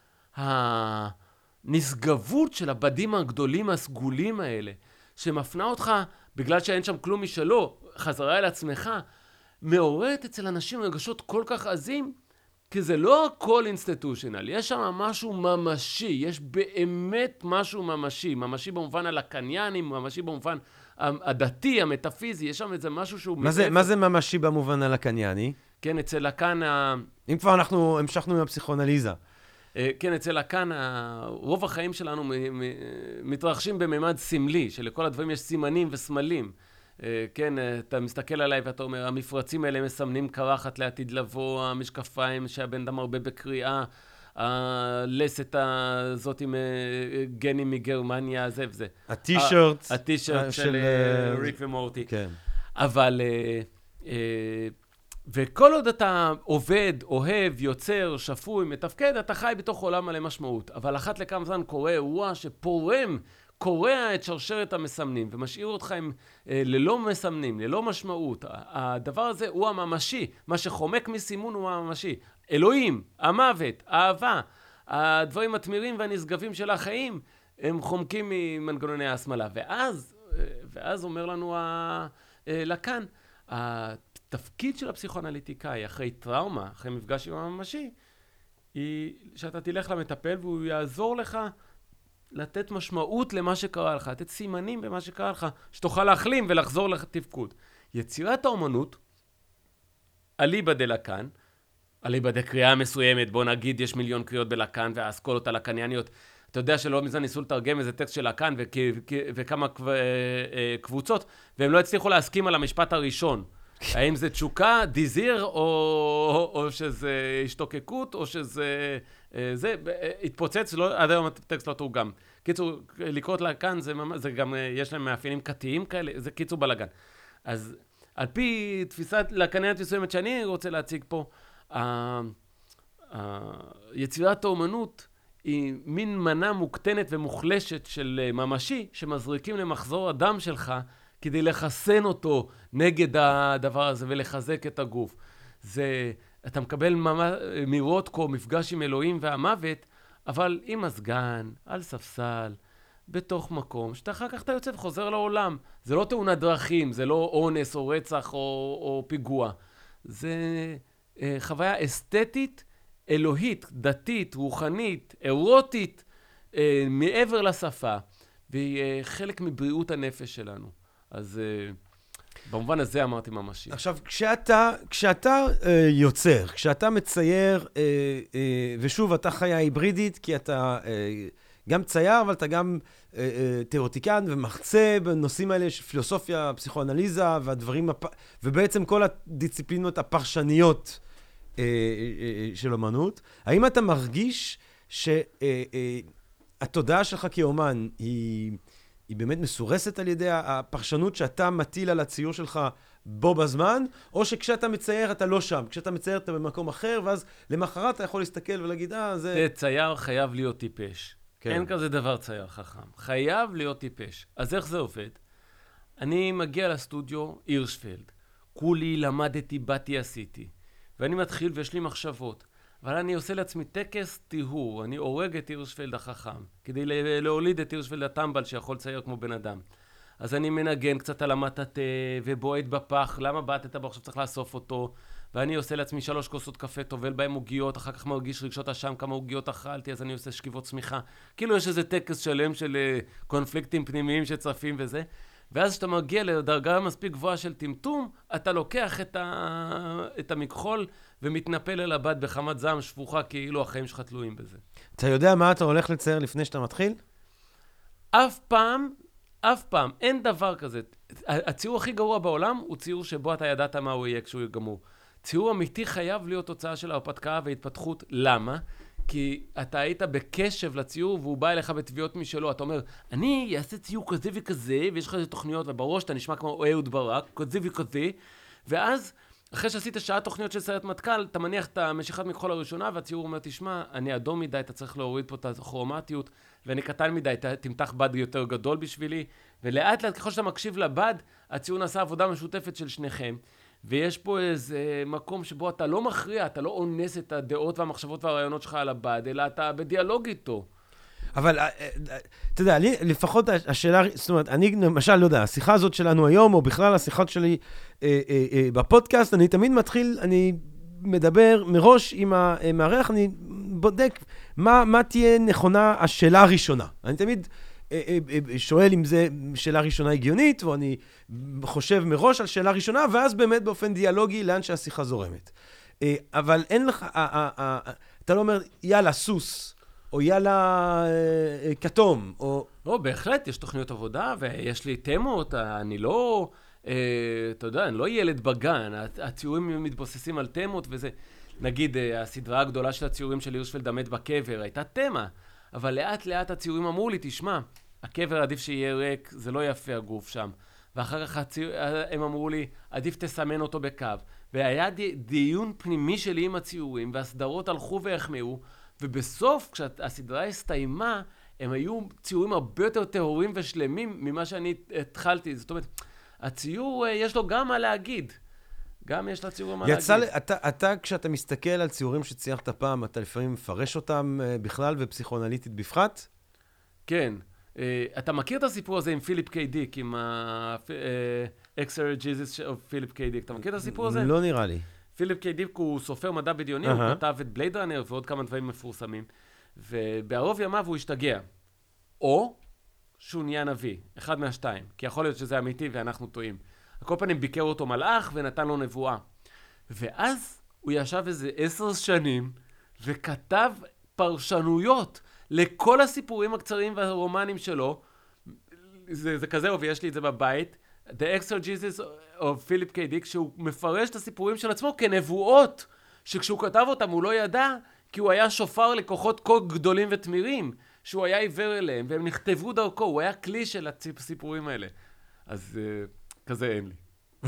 הנשגבות של הבדים הגדולים הסגולים האלה, שמפנה אותך, בגלל שאין שם כלום משלו, חזרה אל עצמך, מעוררת אצל אנשים רגשות כל כך עזים, כי זה לא הכל אינסטיטושיונל, יש שם משהו ממשי, יש באמת משהו ממשי, ממשי במובן הלקנייני, ממשי במובן הדתי, המטאפיזי, יש שם איזה משהו שהוא... מה זה, מה זה ממשי במובן הלקנייני? כן, אצל לקן ה... אם כבר אנחנו המשכנו עם הפסיכואנליזה. כן, אצל לקן, רוב החיים שלנו מתרחשים בממד סמלי, שלכל הדברים יש סימנים וסמלים. כן, אתה מסתכל עליי ואתה אומר, המפרצים האלה מסמנים קרחת לעתיד לבוא, המשקפיים שהבן אדם הרבה בקריאה, הלסת הזאת עם גנים מגרמניה, זה וזה. הטי-שירט. הטי-שירט של ריק ומורטי. כן. אבל, וכל עוד אתה עובד, אוהב, יוצר, שפוי, מתפקד, אתה חי בתוך עולם מלא משמעות. אבל אחת לכמה זמן קורה אירוע שפורם, קורע את שרשרת המסמנים, ומשאיר אותך עם אה, ללא מסמנים, ללא משמעות. הדבר הזה הוא הממשי. מה שחומק מסימון הוא הממשי. אלוהים, המוות, האהבה, הדברים התמירים והנשגבים של החיים, הם חומקים ממנגנוני ההשמלה. ואז, ואז אומר לנו לקאן, התפקיד של הפסיכואנליטיקאי, אחרי טראומה, אחרי מפגש עם הממשי, היא שאתה תלך למטפל והוא יעזור לך לתת משמעות למה שקרה לך, לתת סימנים במה שקרה לך, שתוכל להחלים ולחזור לתפקוד. יצירת האומנות, אליבא דלקאן, אליבא דקריאה מסוימת, בוא נגיד יש מיליון קריאות בלקאן והאסכולות הלקניאניות, אתה יודע שלא מזמן ניסו לתרגם איזה טקסט של לקאן וכמה קבוצות, והם לא הצליחו להסכים על המשפט הראשון. האם זה תשוקה, דיזיר, או, או שזה השתוקקות, או שזה... זה התפוצץ, לא, עד היום הטקסט לא תורגם. קיצור, לקרות לקאן, זה, זה גם, יש להם מאפיינים קטיים כאלה, זה קיצור בלגן. אז על פי תפיסת לקניית מסוימת שאני רוצה להציג פה, ה, ה, יצירת האומנות היא מין מנה מוקטנת ומוחלשת של ממשי, שמזריקים למחזור הדם שלך, כדי לחסן אותו נגד הדבר הזה ולחזק את הגוף. זה, אתה מקבל מרודקו מפגש עם אלוהים והמוות, אבל עם הסגן, על ספסל, בתוך מקום, שאתה אחר כך אתה יוצא וחוזר לעולם. זה לא תאונת דרכים, זה לא אונס או רצח או, או פיגוע. זה אה, חוויה אסתטית, אלוהית, דתית, רוחנית, אירוטית, אה, מעבר לשפה, והיא אה, חלק מבריאות הנפש שלנו. אז uh, במובן הזה אמרתי ממשי. עכשיו, כשאתה, כשאתה uh, יוצר, כשאתה מצייר, uh, uh, ושוב, אתה חיה היברידית, כי אתה uh, גם צייר, אבל אתה גם uh, uh, תיאורטיקן ומחצה בנושאים האלה של פילוסופיה, פסיכואנליזה, והדברים, הפ... ובעצם כל הדיציפלינות הפרשניות uh, uh, uh, של אומנות. האם אתה מרגיש שהתודעה uh, uh, שלך כאומן היא... היא באמת מסורסת על ידי הפרשנות שאתה מטיל על הציור שלך בו בזמן, או שכשאתה מצייר אתה לא שם, כשאתה מצייר אתה במקום אחר, ואז למחרת אתה יכול להסתכל ולהגיד, אה, זה... זה צייר חייב להיות טיפש. כן. אין כזה דבר צייר חכם. חייב להיות טיפש. אז איך זה עובד? אני מגיע לסטודיו הירשפלד, כולי למדתי, באתי, עשיתי, ואני מתחיל ויש לי מחשבות. אבל אני עושה לעצמי טקס טיהור, אני הורג את הירשפלד החכם, כדי להוליד את הירשפלד הטמבל שיכול לצייר כמו בן אדם. אז אני מנגן קצת על המטאטה ובועט בפח, למה בעטת בו, עכשיו צריך לאסוף אותו, ואני עושה לעצמי שלוש כוסות קפה, טובל בהם עוגיות, אחר כך מרגיש רגשות אשם כמה עוגיות אכלתי, אז אני עושה שכיבות צמיחה. כאילו יש איזה טקס שלם של קונפליקטים פנימיים שצפים וזה, ואז כשאתה מגיע לדרגה מספיק גבוהה של טמטום, אתה לוקח את, ה... את המכחול ומתנפל אל הבד בחמת זעם שפוכה, כאילו החיים שלך תלויים בזה. אתה יודע מה אתה הולך לצייר לפני שאתה מתחיל? אף פעם, אף פעם, אין דבר כזה. הציור הכי גרוע בעולם הוא ציור שבו אתה ידעת מה הוא יהיה כשהוא יגמור. ציור אמיתי חייב להיות תוצאה של ההרפתקה והתפתחות. למה? כי אתה היית בקשב לציור והוא בא אליך בתביעות משלו. אתה אומר, אני אעשה ציור כזה וכזה, ויש לך איזה תוכניות, ובראש אתה נשמע כמו אהוד ברק, כזה וכזה, ואז אחרי שעשית שעה תוכניות של סרט מטכ"ל, אתה מניח את המשיכת מכחול הראשונה, והציור אומר, תשמע, אני אדום מדי, אתה צריך להוריד פה את הכרומטיות, ואני קטן מדי, תמתח בד יותר גדול בשבילי, ולאט לאט ככל שאתה מקשיב לבד, הציור נעשה עבודה משותפת של שניכם, ויש פה איזה מקום שבו אתה לא מכריע, אתה לא אונס את הדעות והמחשבות והרעיונות שלך על הבד, אלא אתה בדיאלוג איתו. אבל, אתה יודע, לי, לפחות השאלה, זאת אומרת, אני למשל, לא יודע, השיחה הזאת שלנו היום, או בכלל השיחות שלי אה, אה, אה, בפודקאסט, אני תמיד מתחיל, אני מדבר מראש עם המערך, אני בודק מה, מה תהיה נכונה השאלה הראשונה. אני תמיד אה, אה, שואל אם זה שאלה ראשונה הגיונית, ואני חושב מראש על שאלה ראשונה, ואז באמת באופן דיאלוגי לאן שהשיחה זורמת. אה, אבל אין לך, אה, אה, אה, אתה לא אומר, יאללה, סוס, או יאללה כתום, או... לא, בהחלט, יש תוכניות עבודה, ויש לי תמות, אני לא, אתה יודע, אני לא ילד בגן, הציורים מתבוססים על תמות וזה. נגיד, הסדרה הגדולה של הציורים של הירשפלד המת בקבר, הייתה תמה, אבל לאט לאט הציורים אמרו לי, תשמע, הקבר עדיף שיהיה ריק, זה לא יפה הגוף שם. ואחר כך הציור, הם אמרו לי, עדיף תסמן אותו בקו. והיה דיון פנימי שלי עם הציורים, והסדרות הלכו והחמאו, ובסוף, כשהסדרה הסתיימה, הם היו ציורים הרבה יותר טהורים ושלמים ממה שאני התחלתי. זאת אומרת, הציור יש לו גם מה להגיד. גם יש לציור מה יצא, להגיד. אתה, אתה, כשאתה מסתכל על ציורים שציירת פעם, אתה לפעמים מפרש אותם בכלל ופסיכואנליטית בפרט? כן. אתה מכיר את הסיפור הזה עם פיליפ קיי דיק, עם ה-Exegesis of פיליפ קיי דיק? אתה מכיר את הסיפור הזה? לא נראה לי. פיליפ קיי דיק הוא סופר מדע בדיוני, uh-huh. הוא כתב את בלייד ראנר ועוד כמה דברים מפורסמים, ובערוב ימיו הוא השתגע. או שהוא נהיה נביא, אחד מהשתיים, כי יכול להיות שזה אמיתי ואנחנו טועים. הכל פנים ביקר אותו מלאך ונתן לו נבואה. ואז הוא ישב איזה עשר שנים וכתב פרשנויות לכל הסיפורים הקצרים והרומנים שלו. זה, זה כזה, ויש לי את זה בבית. The Exegesis of Philip K. Dick, שהוא מפרש את הסיפורים של עצמו כנבואות, שכשהוא כתב אותם הוא לא ידע, כי הוא היה שופר לכוחות כה גדולים ותמירים, שהוא היה עיוור אליהם, והם נכתבו דרכו, הוא היה כלי של הסיפורים האלה. אז uh, כזה אין לי.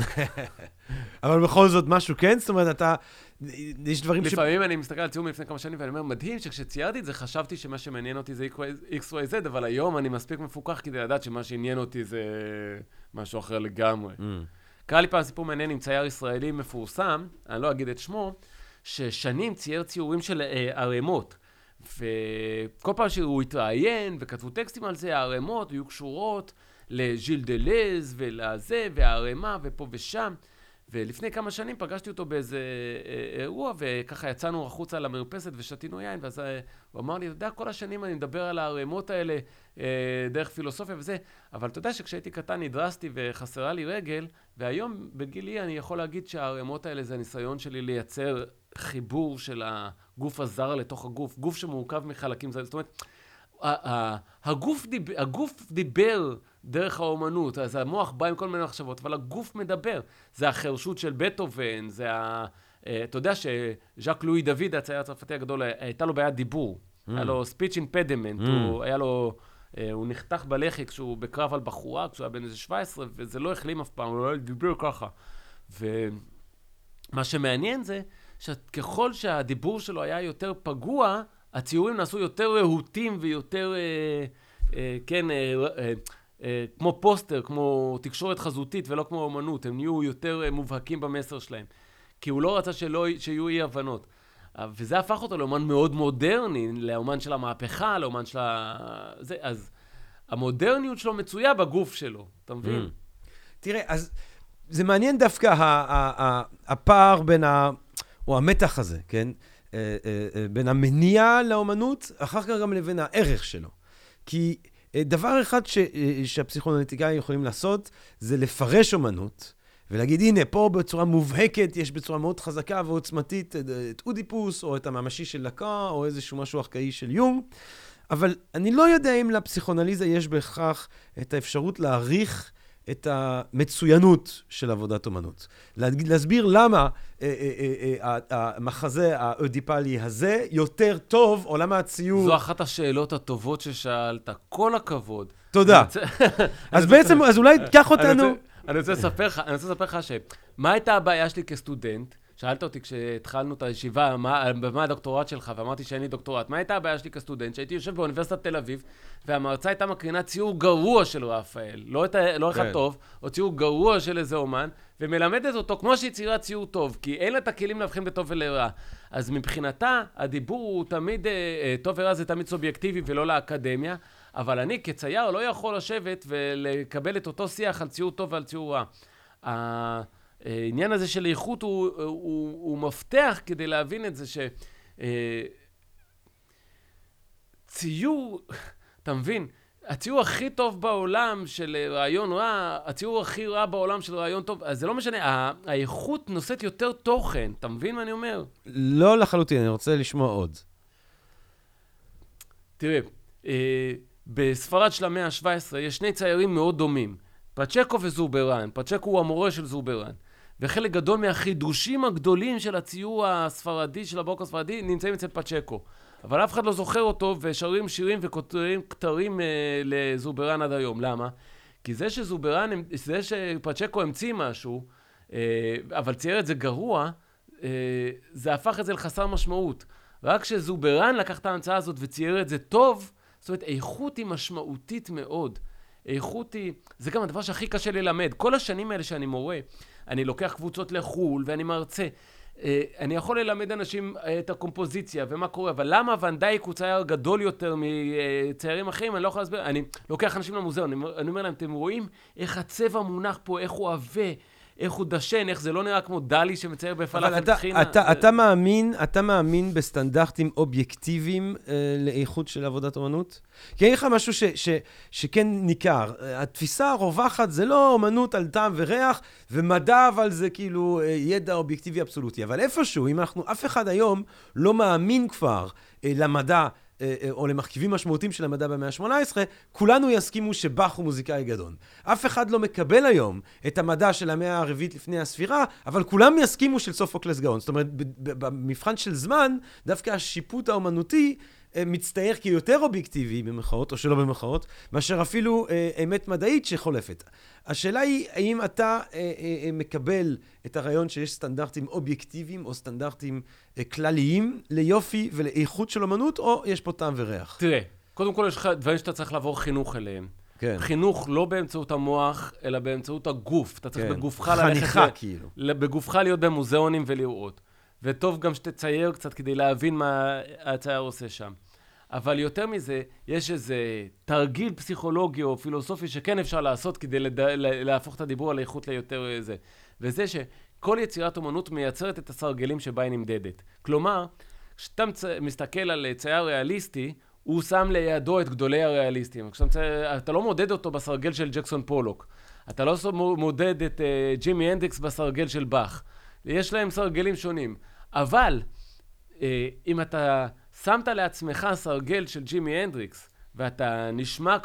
אבל בכל זאת משהו כן? זאת אומרת, אתה... יש דברים ש... לפעמים אני מסתכל על ציור מלפני כמה שנים, ואני אומר, מדהים שכשציירתי את זה, חשבתי שמה שמעניין אותי זה אקס וואי זד, אבל היום אני מספיק מפוקח כדי לדעת שמה שעניין אותי זה משהו אחר לגמרי. קרא לי פעם סיפור מעניין עם צייר ישראלי מפורסם, אני לא אגיד את שמו, ששנים צייר ציורים של ערימות, וכל פעם שהוא התראיין וכתבו טקסטים על זה, הערימות היו קשורות לג'יל דלז ולזה, והערימה ופה ושם. ולפני כמה שנים פגשתי אותו באיזה אירוע, וככה יצאנו החוצה למרפסת ושתינו יין, ואז הוא אמר לי, אתה יודע, כל השנים אני מדבר על הערימות האלה דרך פילוסופיה וזה, אבל אתה יודע שכשהייתי קטן נדרסתי וחסרה לי רגל, והיום בגילי אני יכול להגיד שהערימות האלה זה הניסיון שלי לייצר חיבור של הגוף הזר לתוך הגוף, גוף שמורכב מחלקים, זאת אומרת, הגוף דיבר, הגוף דיבר דרך האומנות, אז המוח בא עם כל מיני מחשבות, אבל הגוף מדבר. זה החרשות של בטהובן, זה ה... אתה יודע שז'אק לואי דוד, הצייר הצרפתי הגדול, הייתה לו בעיית דיבור. היה לו speech impediment, הוא היה לו... הוא נחתך בלחי כשהוא בקרב על בחורה, כשהוא היה בן איזה שבע עשרה, וזה לא החלים אף פעם, הוא לא דיבר ככה. ומה שמעניין זה, שככל שהדיבור שלו היה יותר פגוע, הציורים נעשו יותר רהוטים ויותר, אה, אה, כן, אה, אה, אה, כמו פוסטר, כמו תקשורת חזותית ולא כמו אומנות. הם נהיו יותר אה, מובהקים במסר שלהם. כי הוא לא רצה שלא, שיהיו אי הבנות. וזה הפך אותו לאומן מאוד מודרני, לאומן של המהפכה, לאומן של ה... זה, אז המודרניות שלו מצויה בגוף שלו, אתה מבין? Mm. תראה, אז זה מעניין דווקא ה- ה- ה- הפער בין ה... או המתח הזה, כן? בין המניע לאומנות, אחר כך גם לבין הערך שלו. כי דבר אחד ש, שהפסיכואנליטיקאים יכולים לעשות, זה לפרש אומנות, ולהגיד, הנה, פה בצורה מובהקת, יש בצורה מאוד חזקה ועוצמתית את אודיפוס, או את הממשי של לקה, או איזשהו משהו ארכאי של יונג, אבל אני לא יודע אם לפסיכואנליזה יש בהכרח את האפשרות להעריך את המצוינות של עבודת אומנות. להסביר למה המחזה האודיפלי הזה יותר טוב, או למה הציור... זו אחת השאלות הטובות ששאלת. כל הכבוד. תודה. אז בעצם, אז אולי תקח אותנו... אני רוצה לספר לך, אני רוצה לספר לך שמה הייתה הבעיה שלי כסטודנט? שאלת אותי כשהתחלנו את הישיבה, מה, מה הדוקטורט שלך, ואמרתי שאין לי דוקטורט. מה הייתה הבעיה שלי כסטודנט? שהייתי יושב באוניברסיטת תל אביב, והמרצה הייתה מקרינה ציור גרוע של רפאל, לא, את, לא אחד טוב, או ציור גרוע של איזה אומן, ומלמדת אותו כמו שהיא ציירה ציור טוב, כי אין לה את הכלים להבחין בטוב ולרע. אז מבחינתה, הדיבור הוא תמיד, טוב ורע זה תמיד סובייקטיבי ולא לאקדמיה, אבל אני כצייר לא יכול לשבת ולקבל את אותו שיח על ציור טוב ועל ציור רע. העניין הזה של איכות הוא, הוא, הוא מפתח כדי להבין את זה שציור, אתה מבין, הציור הכי טוב בעולם של רעיון רע, הציור הכי רע בעולם של רעיון טוב, אז זה לא משנה, האיכות נושאת יותר תוכן, אתה מבין מה אני אומר? לא לחלוטין, אני רוצה לשמוע עוד. תראה, בספרד של המאה ה-שבע עשרה יש שני ציירים מאוד דומים, פצ'קו וזורברן. פצ'קו הוא המורה של זורברן. וחלק גדול מהחידושים הגדולים של הציור הספרדי, של הבורק הספרדי, נמצאים אצל פצ'קו. אבל אף אחד לא זוכר אותו, ושרים שירים וכותרים כתרים אה, לזוברן עד היום. למה? כי זה שזוברן, זה שפצ'קו המציא משהו, אה, אבל צייר את זה גרוע, אה, זה הפך את זה לחסר משמעות. רק כשזוברן לקח את ההמצאה הזאת וצייר את זה טוב, זאת אומרת, איכות היא משמעותית מאוד. איכות היא, זה גם הדבר שהכי קשה ללמד. כל השנים האלה שאני מורה, אני לוקח קבוצות לחול ואני מרצה. אני יכול ללמד אנשים את הקומפוזיציה ומה קורה, אבל למה ואן דייק הוא צייר גדול יותר מציירים אחרים, אני לא יכול להסביר. אני לוקח אנשים למוזיאון, אני אומר להם, אתם רואים איך הצבע מונח פה, איך הוא עבה, איך הוא דשן, איך זה לא נראה כמו דלי שמצייר בפלאפל טחינה. אבל אתה, אתה מאמין, אתה מאמין בסטנדרטים אובייקטיביים אה, לאיכות של עבודת אומנות? כי אין לך משהו ש, ש, שכן ניכר. התפיסה הרווחת זה לא אומנות על טעם וריח, ומדע אבל זה כאילו אה, ידע אובייקטיבי אבסולוטי. אבל איפשהו, אם אנחנו, אף אחד היום לא מאמין כבר אה, למדע, או למרכיבים משמעותיים של המדע במאה ה-שמונה עשרה, כולנו יסכימו שבאך הוא מוזיקאי גדול. אף אחד לא מקבל היום את המדע של המאה הרביעית לפני הספירה, אבל כולם יסכימו של סופוקלס גאון. זאת אומרת, במבחן של זמן, דווקא השיפוט האומנותי מצטייר כיותר אובייקטיבי במחאות, או שלא במחאות, מאשר אפילו אה, אמת מדעית שחולפת. השאלה היא, האם אתה אה, אה, מקבל את הרעיון שיש סטנדרטים אובייקטיביים, או סטנדרטים אה, כלליים ליופי ולאיכות של אומנות, או יש פה טעם וריח? תראה, קודם כל יש לך דברים שאתה צריך לעבור חינוך אליהם. כן. חינוך לא באמצעות המוח, אלא באמצעות הגוף. אתה צריך כן. בגופך ללכת... חניכה כאילו. בגופך להיות במוזיאונים ולראות. וטוב גם שתצייר קצת כדי להבין מה הצייר עושה שם. אבל יותר מזה, יש איזה תרגיל פסיכולוגי או פילוסופי שכן אפשר לעשות כדי לד... להפוך את הדיבור על איכות ליותר זה. וזה שכל יצירת אומנות מייצרת את הסרגלים שבה היא נמדדת. כלומר, כשאתה מסתכל על צייר ריאליסטי, הוא שם לידו את גדולי הריאליסטים. כשאתה אתה לא מודד אותו בסרגל של ג'קסון פולוק. אתה לא מודד את uh, ג'ימי הנדריקס בסרגל של באך. יש להם סרגלים שונים. אבל אה, אם אתה שמת לעצמך סרגל של ג'ימי הנדריקס, ואתה נשמע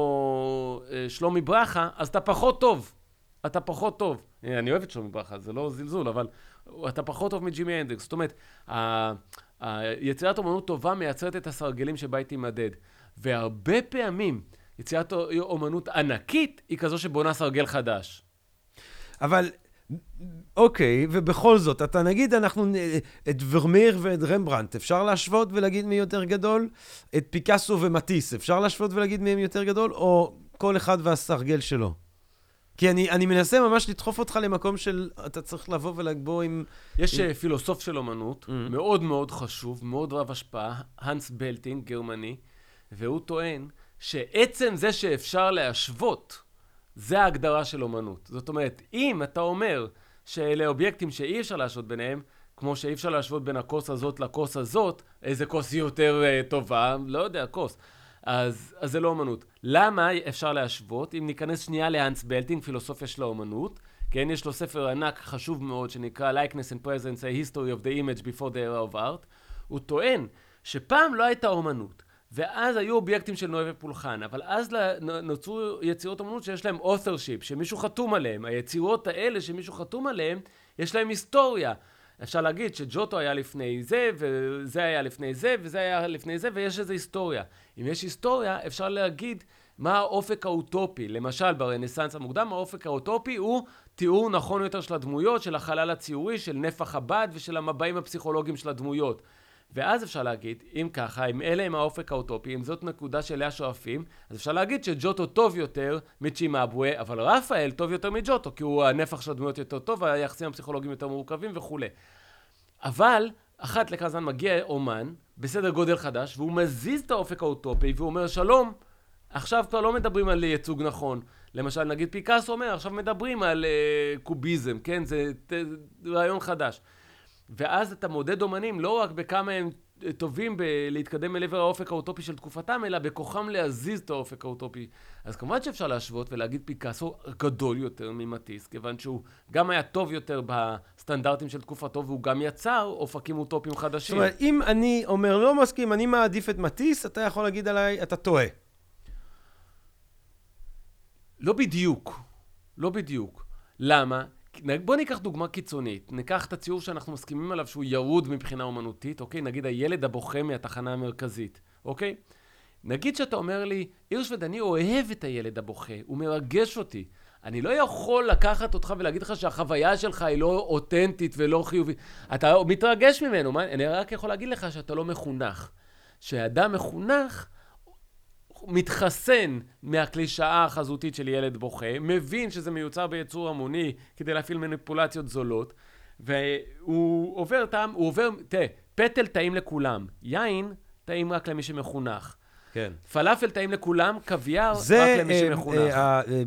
כמו אה, שלומי ברכה, אז אתה פחות טוב. אתה פחות טוב. אני אוהב את שלומי ברכה, זה לא זלזול, אבל אתה פחות טוב מג'ימי הנדריקס. זאת אומרת, היצירת אומנות טובה מייצרת את הסרגלים שבה היא תימדד. והרבה פעמים יצירת אומנות ענקית היא כזו שבונה סרגל חדש. אבל... אוקיי, ובכל זאת, אתה נגיד, אנחנו, את ורמיר ואת רמברנט, אפשר להשוות ולהגיד מי יותר גדול? את פיקאסו ומטיס, אפשר להשוות ולהגיד מי יותר גדול? או כל אחד והסרגל שלו? כי אני, אני מנסה ממש לדחוף אותך למקום של, אתה צריך לבוא ולגבור עם... יש עם... פילוסוף של אומנות, mm-hmm. מאוד מאוד חשוב, מאוד רב השפעה, הנס בלטינג, גרמני, והוא טוען שעצם זה שאפשר להשוות, זה ההגדרה של אומנות. זאת אומרת, אם אתה אומר שאלה אובייקטים שאי אפשר להשוות ביניהם, כמו שאי אפשר להשוות בין הכוס הזאת לכוס הזאת, איזה כוס היא יותר uh, טובה, לא יודע, כוס. אז, אז זה לא אומנות. למה אפשר להשוות? אם ניכנס שנייה להנס בלטינג, פילוסופיה של האומנות, כן, יש לו ספר ענק חשוב מאוד שנקרא Likeness and Presence, a History of the Image Before the Era of Art, הוא טוען שפעם לא הייתה אומנות. ואז היו אובייקטים של נוי ופולחן, אבל אז נוצרו יצירות אומנות שיש להם authorship, שמישהו חתום עליהם. היצירות האלה שמישהו חתום עליהם, יש להם היסטוריה. אפשר להגיד שג'וטו היה לפני זה, וזה היה לפני זה, וזה היה לפני זה, ויש איזו היסטוריה. אם יש היסטוריה, אפשר להגיד מה האופק האוטופי. למשל, ברנסנס המוקדם, האופק האוטופי הוא תיאור נכון יותר של הדמויות, של החלל הציורי, של נפח הבד ושל המבעים הפסיכולוגיים של הדמויות. ואז אפשר להגיד, אם ככה, אם אלה הם האופק האוטופי, אם זאת נקודה שאליה שואפים, אז אפשר להגיד שג'וטו טוב יותר מצ'ימאבואה, אבל רפאל טוב יותר מג'וטו, כי הוא הנפח של הדמויות יותר טוב, והיחסים הפסיכולוגיים יותר מורכבים וכו'. אבל, אחת לכמה זמן מגיע אומן, בסדר גודל חדש, והוא מזיז את האופק האוטופי, והוא אומר, שלום, עכשיו כבר לא מדברים על ייצוג נכון. למשל, נגיד פיקאסו אומר, עכשיו מדברים על uh, קוביזם, כן? זה ת, רעיון חדש. ואז אתה מודד אומנים לא רק בכמה הם טובים להתקדם אל עבר האופק האוטופי של תקופתם, אלא בכוחם להזיז את האופק האוטופי. אז כמובן שאפשר להשוות ולהגיד פיקאסו גדול יותר ממטיס, כיוון שהוא גם היה טוב יותר בסטנדרטים של תקופתו, והוא גם יצר אופקים אוטופיים חדשים. זאת אומרת, אם אני אומר לא מסכים, אני מעדיף את מטיס, אתה יכול להגיד עליי, אתה טועה. לא בדיוק. לא בדיוק. למה? בוא ניקח דוגמה קיצונית. ניקח את הציור שאנחנו מסכימים עליו שהוא ירוד מבחינה אומנותית, אוקיי? נגיד הילד הבוכה מהתחנה המרכזית, אוקיי? נגיד שאתה אומר לי, הירשפלד, אני אוהב את הילד הבוכה, הוא מרגש אותי. אני לא יכול לקחת אותך ולהגיד לך שהחוויה שלך היא לא אותנטית ולא חיובית. אתה מתרגש ממנו, מה? אני רק יכול להגיד לך שאתה לא מחונך. שאדם מחונך מתחסן מהקלישאה החזותית של ילד בוכה, מבין שזה מיוצר ביצור המוני כדי להפעיל מניפולציות זולות, והוא עובר טעם, הוא עובר, תראה, פטל טעים לכולם, יין טעים רק למי שמחונך. כן. פלאפל טעים לכולם, קוויאר רק למי שמחונך.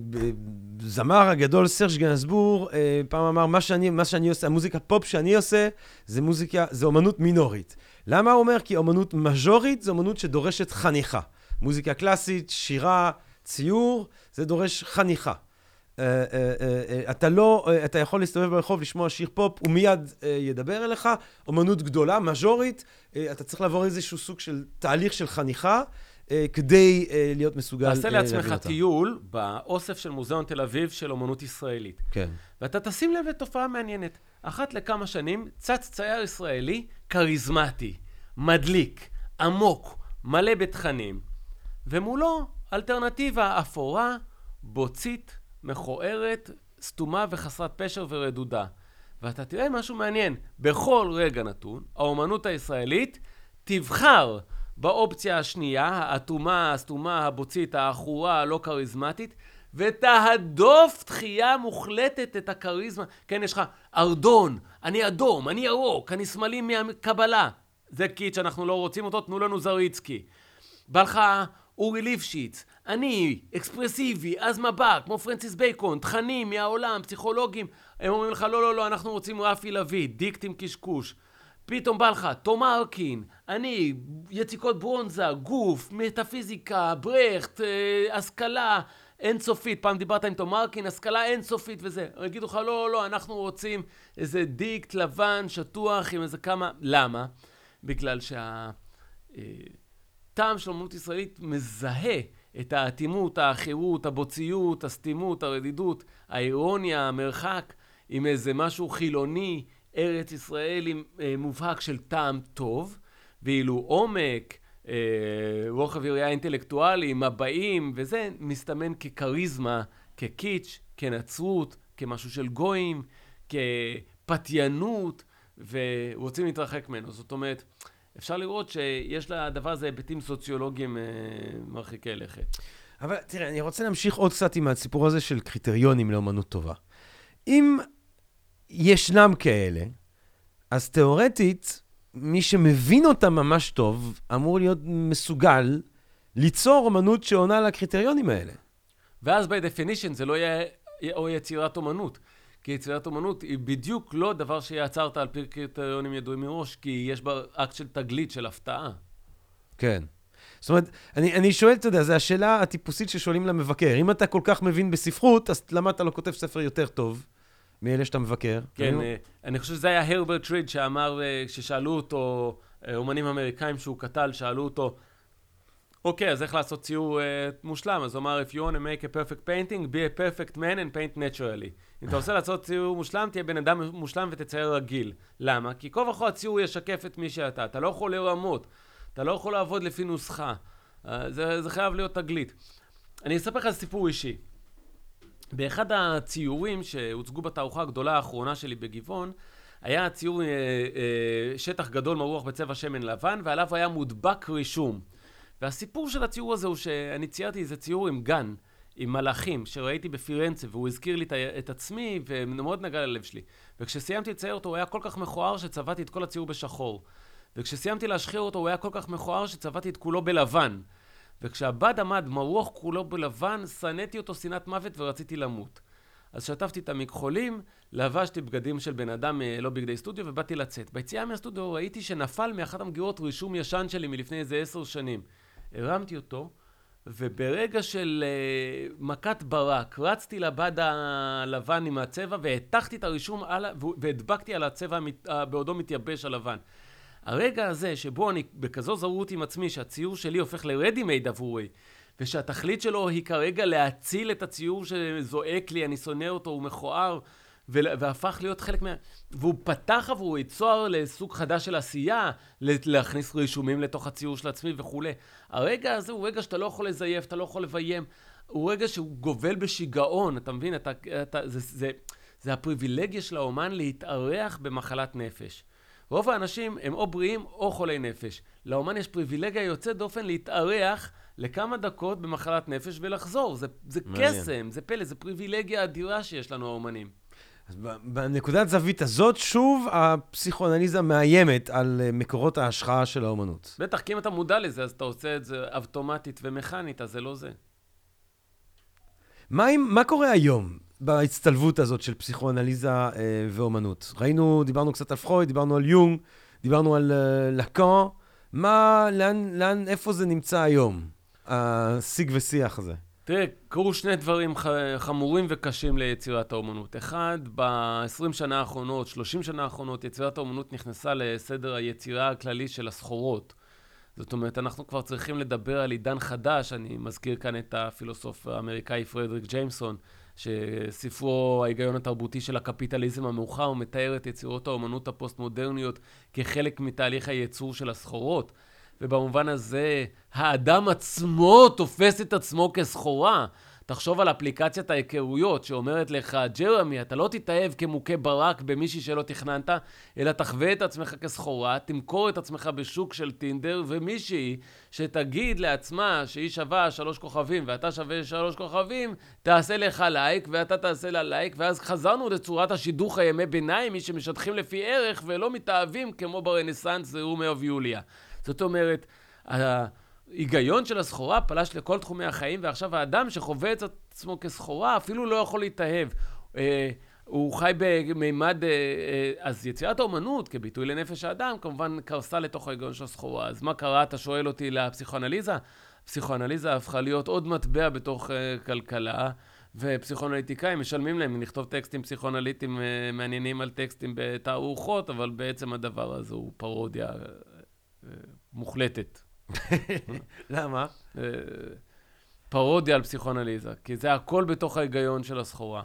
הזמר הגדול סרז' גנסבור פעם אמר, מה שאני, מה שאני עושה, המוזיקה פופ שאני עושה, זה מוזיקה, זה אומנות מינורית. למה הוא אומר? כי אומנות מז'ורית זה אומנות שדורשת חניכה. מוזיקה קלאסית, שירה, ציור, זה דורש חניכה. אתה לא, אתה יכול להסתובב ברחוב, לשמוע שיר פופ, הוא מיד ידבר אליך. אומנות גדולה, מז'ורית, אתה צריך לעבור איזשהו סוג של תהליך של חניכה, כדי להיות מסוגל להביא אותה. תעשה לעצמך טיול באוסף של מוזיאון תל אביב של אומנות ישראלית. כן. ואתה תשים לב לתופעה מעניינת. אחת לכמה שנים, צץ צייר ישראלי קריזמטי, מדליק, עמוק, מלא בתכנים. ומולו אלטרנטיבה אפורה, בוצית, מכוערת, סתומה וחסרת פשר ורדודה. ואתה תראה משהו מעניין. בכל רגע נתון, האומנות הישראלית תבחר באופציה השנייה, האטומה, הסתומה, הבוצית, האחורה, הלא קריזמטית, ותהדוף תחייה מוחלטת את הקריזמה. כן, יש לך ארדון, אני אדום, אני ירוק, אני שמאלי מהקבלה. זה קיץ' אנחנו לא רוצים אותו, תנו לנו זריצקי. בא לך אורי ליפשיץ, אני, אקספרסיבי, אז מבט, כמו פרנסיס בייקון, תכנים מהעולם, פסיכולוגים, הם אומרים לך, לא, לא, לא, אנחנו רוצים רפי לוי, דיקטים קשקוש. פתאום בא לך, תום ארקין, אני, יציקות ברונזה, גוף, מטאפיזיקה, ברכט, אה, השכלה אינסופית. פעם דיברת עם תום ארקין, השכלה אינסופית וזה. יגידו לך, לא, לא, אנחנו רוצים איזה דיקט לבן, שטוח, עם איזה כמה... למה? בגלל שה... אה, טעם של אומנות ישראלית מזהה את האטימות, האחירות, הבוציות, הסתימות, הרדידות, האירוניה, המרחק, עם איזה משהו חילוני, ארץ ישראלי מובהק של טעם טוב, ואילו עומק, רוחב יריעה אינטלקטואלי, מבעים, וזה מסתמן כקריזמה, כקיץ', כנצרות, כמשהו של גויים, כפתיינות, ורוצים להתרחק ממנו. זאת אומרת, אפשר לראות שיש לדבר הזה היבטים סוציולוגיים מרחיקי לכת. אבל תראה, אני רוצה להמשיך עוד קצת עם הסיפור הזה של קריטריונים לאמנות טובה. אם ישנם כאלה, אז תיאורטית, מי שמבין אותם ממש טוב, אמור להיות מסוגל ליצור אמנות שעונה לקריטריונים האלה. ואז by definition זה לא יהיה או יצירת אומנות. כי יצירת אומנות היא בדיוק לא דבר שיצרת על פי קריטריונים ידועים מראש, כי יש בה אקט של תגלית, של הפתעה. כן. זאת אומרת, אני, אני שואל, אתה יודע, זו השאלה הטיפוסית ששואלים למבקר. אם אתה כל כך מבין בספרות, אז למה אתה לא כותב ספר יותר טוב מאלה שאתה מבקר? כן, אני, אני חושב שזה היה הרברט ריד שאמר, כששאלו אותו, אומנים אמריקאים שהוא קטל, שאלו אותו, אוקיי, אז איך לעשות ציור uh, מושלם? אז הוא אמר, if you want to make a perfect painting, be a perfect man and paint naturally. אם אתה רוצה לעשות ציור מושלם, תהיה בן אדם מושלם ותצייר רגיל. למה? כי כל וכל הציור ישקף את מי שאתה. אתה לא יכול לרמות. אתה לא יכול לעבוד לפי נוסחה. Uh, זה, זה חייב להיות תגלית. אני אספר לך סיפור אישי. באחד הציורים שהוצגו בתערוכה הגדולה האחרונה שלי בגבעון, היה ציור uh, uh, שטח גדול מרוח בצבע שמן לבן, ועליו היה מודבק רישום. והסיפור של הציור הזה הוא שאני ציירתי איזה ציור עם גן, עם מלאכים, שראיתי בפירנצה, והוא הזכיר לי את עצמי, ומאוד נגע ללב שלי. וכשסיימתי לצייר אותו, הוא היה כל כך מכוער שצבעתי את כל הציור בשחור. וכשסיימתי להשחיר אותו, הוא היה כל כך מכוער שצבעתי את כולו בלבן. וכשהבד עמד מרוח כולו בלבן, שנאתי אותו שנאת מוות ורציתי למות. אז שטפתי את המכחולים, לבשתי בגדים של בן אדם, לא בגדי סטודיו, ובאתי לצאת. ביציאה מהסטודיו ראיתי שנפל מאחת המגירות רישום ישן שלי מלפני איזה עשר שנים. הרמתי אותו, וברגע של uh, מכת ברק, רצתי לבד הלבן עם הצבע, והתחתי את הרישום על, והדבקתי על הצבע uh, בעודו מתייבש הלבן. הרגע הזה שבו אני בכזו זרות עם עצמי, שהציור שלי הופך לרדי מייד עבורי, ושהתכלית שלו היא כרגע להציל את הציור שזועק לי, אני שונא אותו, הוא מכוער, והפך להיות חלק מה... והוא פתח עבור יצור לסוג חדש של עשייה, להכניס רישומים לתוך הציור של עצמי וכו'. הרגע הזה הוא רגע שאתה לא יכול לזייף, אתה לא יכול לביים, הוא רגע שהוא גובל בשיגעון, אתה מבין? אתה, אתה, זה, זה, זה הפריבילגיה של האומן להתארח במחלת נפש. רוב האנשים הם או בריאים או חולי נפש. לאומן יש פריבילגיה יוצאת דופן להתארח לכמה דקות במחלת נפש ולחזור. זה, זה קסם, זה פלא, זה פריבילגיה אדירה שיש לנו האומנים. אז בנקודת זווית הזאת, שוב, הפסיכואנליזה מאיימת על מקורות ההשחאה של האומנות. בטח, כי אם אתה מודע לזה, אז אתה עושה את זה אוטומטית ומכנית, אז זה לא זה. מה, מה קורה היום בהצטלבות הזאת של פסיכואנליזה אה, ואומנות? ראינו, דיברנו קצת על פרויד, דיברנו על יונג, דיברנו על אה, לקאן. מה, לאן, לאן, איפה זה נמצא היום, השיג ושיח הזה? תראה, קרו שני דברים חמורים וקשים ליצירת האומנות. אחד, ב-עשרים שנה האחרונות, שלושים שנה האחרונות, יצירת האומנות נכנסה לסדר היצירה הכללי של הסחורות. זאת אומרת, אנחנו כבר צריכים לדבר על עידן חדש. אני מזכיר כאן את הפילוסוף האמריקאי פרדריק ג'יימסון, שספרו ההיגיון התרבותי של הקפיטליזם המאוחר, הוא מתאר את יצירות האומנות הפוסט-מודרניות כחלק מתהליך הייצור של הסחורות. ובמובן הזה, האדם עצמו תופס את עצמו כסחורה. תחשוב על אפליקציית ההיכרויות שאומרת לך, ג'רמי, אתה לא תתאהב כמוכה ברק במישהי שלא תכננת, אלא תחווה את עצמך כסחורה, תמכור את עצמך בשוק של טינדר, ומישהי שתגיד לעצמה שהיא שווה שלוש כוכבים ואתה שווה שלוש כוכבים, תעשה לך לייק ואתה תעשה לה לייק, ואז חזרנו לצורת השידוך הימי ביניים, מי שמשדכים לפי ערך ולא מתאהבים כמו ברנסנס זה רומאו ויוליה. זאת אומרת, ההיגיון של הסחורה פלש לכל תחומי החיים, ועכשיו האדם שחווה את עצמו כסחורה אפילו לא יכול להתאהב. הוא חי במימד, אז יצירת האומנות כביטוי לנפש האדם כמובן קרסה לתוך ההיגיון של הסחורה. אז מה קרה? אתה שואל אותי לפסיכואנליזה? פסיכואנליזה הפכה להיות עוד מטבע בתוך כלכלה, ופסיכואנליטיקאים משלמים להם לכתוב טקסטים פסיכואנליטיים מעניינים על טקסטים בתערוכות, אבל בעצם הדבר הזה הוא פרודיה מוחלטת. למה? פרודיה על פסיכואנליזה, כי זה הכל בתוך ההיגיון של הסחורה.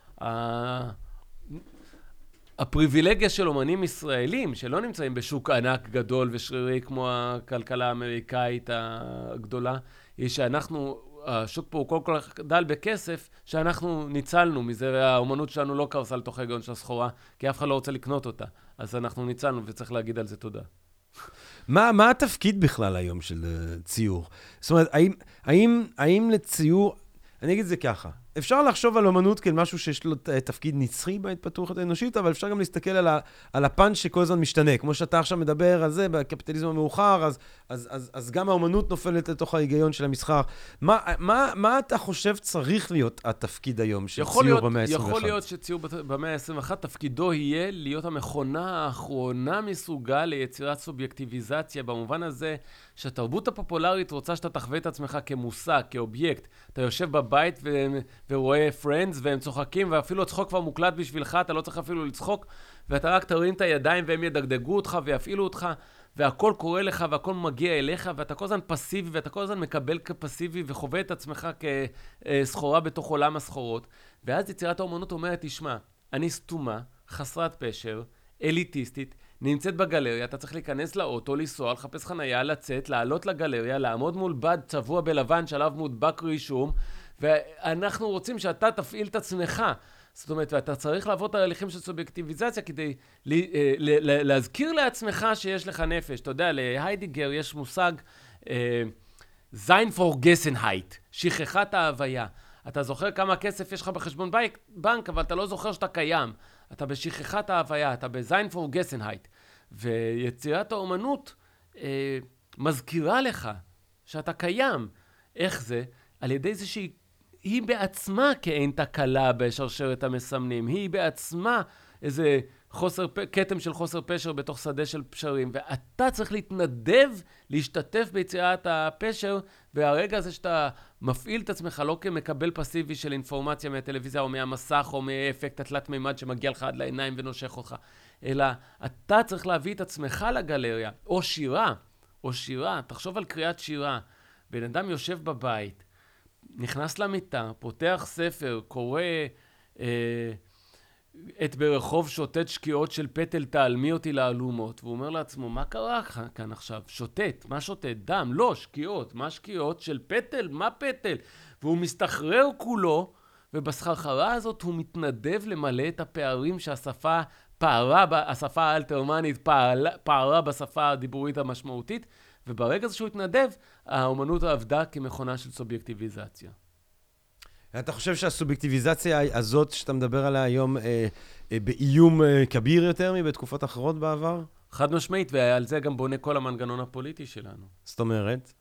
הפריבילגיה של אומנים ישראלים, שלא נמצאים בשוק ענק גדול ושרירי כמו הכלכלה האמריקאית הגדולה, היא שאנחנו, השוק פה הוא כל כך דל בכסף, שאנחנו ניצלנו מזה, האומנות שלנו לא קרסה לתוך ההיגיון של הסחורה, כי אף אחד לא רוצה לקנות אותה. אז אנחנו ניצלנו וצריך להגיד על זה תודה. מה, מה התפקיד בכלל היום של ציור? זאת אומרת, האם, האם, האם לציור, אני אגיד את זה ככה, אפשר לחשוב על אומנות כאל משהו שיש לו תפקיד נצחי בהתפתחות האנושית, אבל אפשר גם להסתכל על, ה, על הפן שכל הזמן משתנה. כמו שאתה עכשיו מדבר על זה, בקפיטליזם המאוחר, אז, אז, אז, אז גם האומנות נופלת לתוך ההיגיון של המסחר. מה, מה, מה אתה חושב צריך להיות התפקיד היום של ציור להיות, במאה ה-עשרים ואחת? יכול להיות שציור במאה ה-עשרים ואחת, תפקידו יהיה להיות המכונה האחרונה מסוגה ליצירת סובייקטיביזציה, במובן הזה שהתרבות הפופולרית רוצה שאתה תחווה את עצמך כמושג, כאובייקט. אתה יושב בבית ו... ורואה פרנדס, והם צוחקים, ואפילו הצחוק כבר מוקלט בשבילך, אתה לא צריך אפילו לצחוק, ואתה רק תרים את הידיים, והם ידגדגו אותך, ויפעילו אותך, והכל קורה לך, והכל מגיע אליך, ואתה כל הזמן פסיבי, ואתה כל הזמן מקבל כפסיבי, וחווה את עצמך כסחורה בתוך עולם הסחורות. ואז יצירת האומנות אומרת, תשמע, אני סתומה, חסרת פשר, אליטיסטית, נמצאת בגלריה, אתה צריך להיכנס לאוטו, לנסוע, לחפש חנייה, לצאת, לעלות לגלריה, לעמוד מול בד צבוע בלבן, שעליו מודבק רישום, ואנחנו רוצים שאתה תפעיל את עצמך. זאת אומרת, ואתה צריך לעבור את ההליכים של סובייקטיביזציה כדי ל- ל- ל- להזכיר לעצמך שיש לך נפש. אתה יודע, להיידיגר יש מושג זיין פור גסנהייט, שכחת ההוויה. אתה זוכר כמה כסף יש לך בחשבון בנק, אבל אתה לא זוכר שאתה קיים. אתה בשכחת ההוויה, אתה בזיין פור גסנהייט. ויצירת האומנות אה, מזכירה לך שאתה קיים. איך זה? על ידי זה שהיא היא בעצמה כאין תקלה בשרשרת המסמנים. היא בעצמה איזה חוסר, קטם של חוסר פשר בתוך שדה של פשרים. ואתה צריך להתנדב, להשתתף ביצירת הפשר, והרגע הזה שאתה מפעיל את עצמך לא כמקבל פסיבי של אינפורמציה מהטלוויזיה או מהמסך או מאפקט התלת מימד שמגיע לך עד לעיניים ונושך אותך, אלא אתה צריך להביא את עצמך לגלריה, או שירה, או שירה. תחשוב על קריאת שירה. בן אדם יושב בבית, נכנס למיטה, פותח ספר, קורא, אה, את ברחוב שוטט שקיעות של פטל, תעלמי אותי להלומות. והוא אומר לעצמו, מה קרה כאן עכשיו? שוטט, מה שוטט? דם, לא, שקיעות. מה שקיעות של פטל? מה פטל? והוא מסתחרר כולו, ובסחרחרה הזאת הוא מתנדב למלא את הפערים שהשפה פערה, השפה האלתרמנית פערה, פערה בשפה הדיבורית המשמעותית, וברגע זה שהוא התנדב, האומנות עבדה כמכונה של סובייקטיביזציה. אתה חושב שהסובייקטיביזציה הזאת שאתה מדבר עליה היום אה, אה, באיום אה, כביר יותר מבתקופות אחרות בעבר? חד משמעית, ועל זה גם בונה כל המנגנון הפוליטי שלנו. זאת אומרת?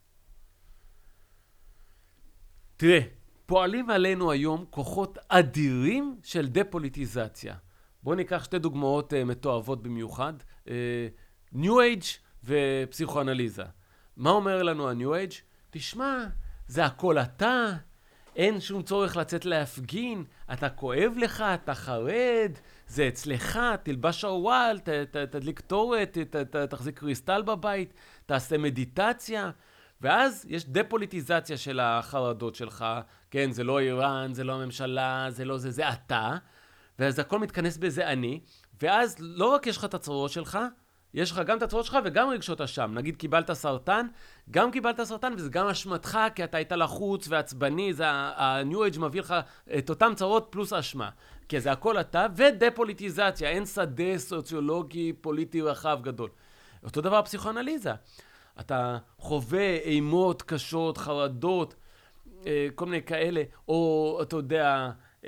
תראה, פועלים עלינו היום כוחות אדירים של דפוליטיזציה. בואו ניקח שתי דוגמאות uh, מתואבות במיוחד. uh, New Age ופסיכואנליזה. מה אומר לנו ה-New Age? תשמע, זה הכל אתה, אין שום צורך לצאת להפגין, אתה כואב לך, אתה חרד, זה אצלך, תלבש שרוואל, ת, ת, תדליק תורת, ת, ת, תחזיק קריסטל בבית, תעשה מדיטציה. ואז יש דפוליטיזציה של החרדות שלך, כן, זה לא איראן, זה לא הממשלה, זה לא זה, זה אתה, ואז הכל מתכנס בזה אני, ואז לא רק יש לך את הצרות שלך, יש לך גם את הצרות שלך וגם רגשות אשם. נגיד קיבלת סרטן, גם קיבלת סרטן וזה גם אשמתך, כי אתה היית לחוץ ועצבני, זה ה-New Age מביא לך את אותם צרות פלוס אשמה. כי זה הכל אתה, ודפוליטיזציה, אין שדה סוציולוגי פוליטי רחב גדול. אותו דבר הפסיכואנליזה. אתה חווה אימות קשות, חרדות, כל מיני כאלה, או אתה יודע,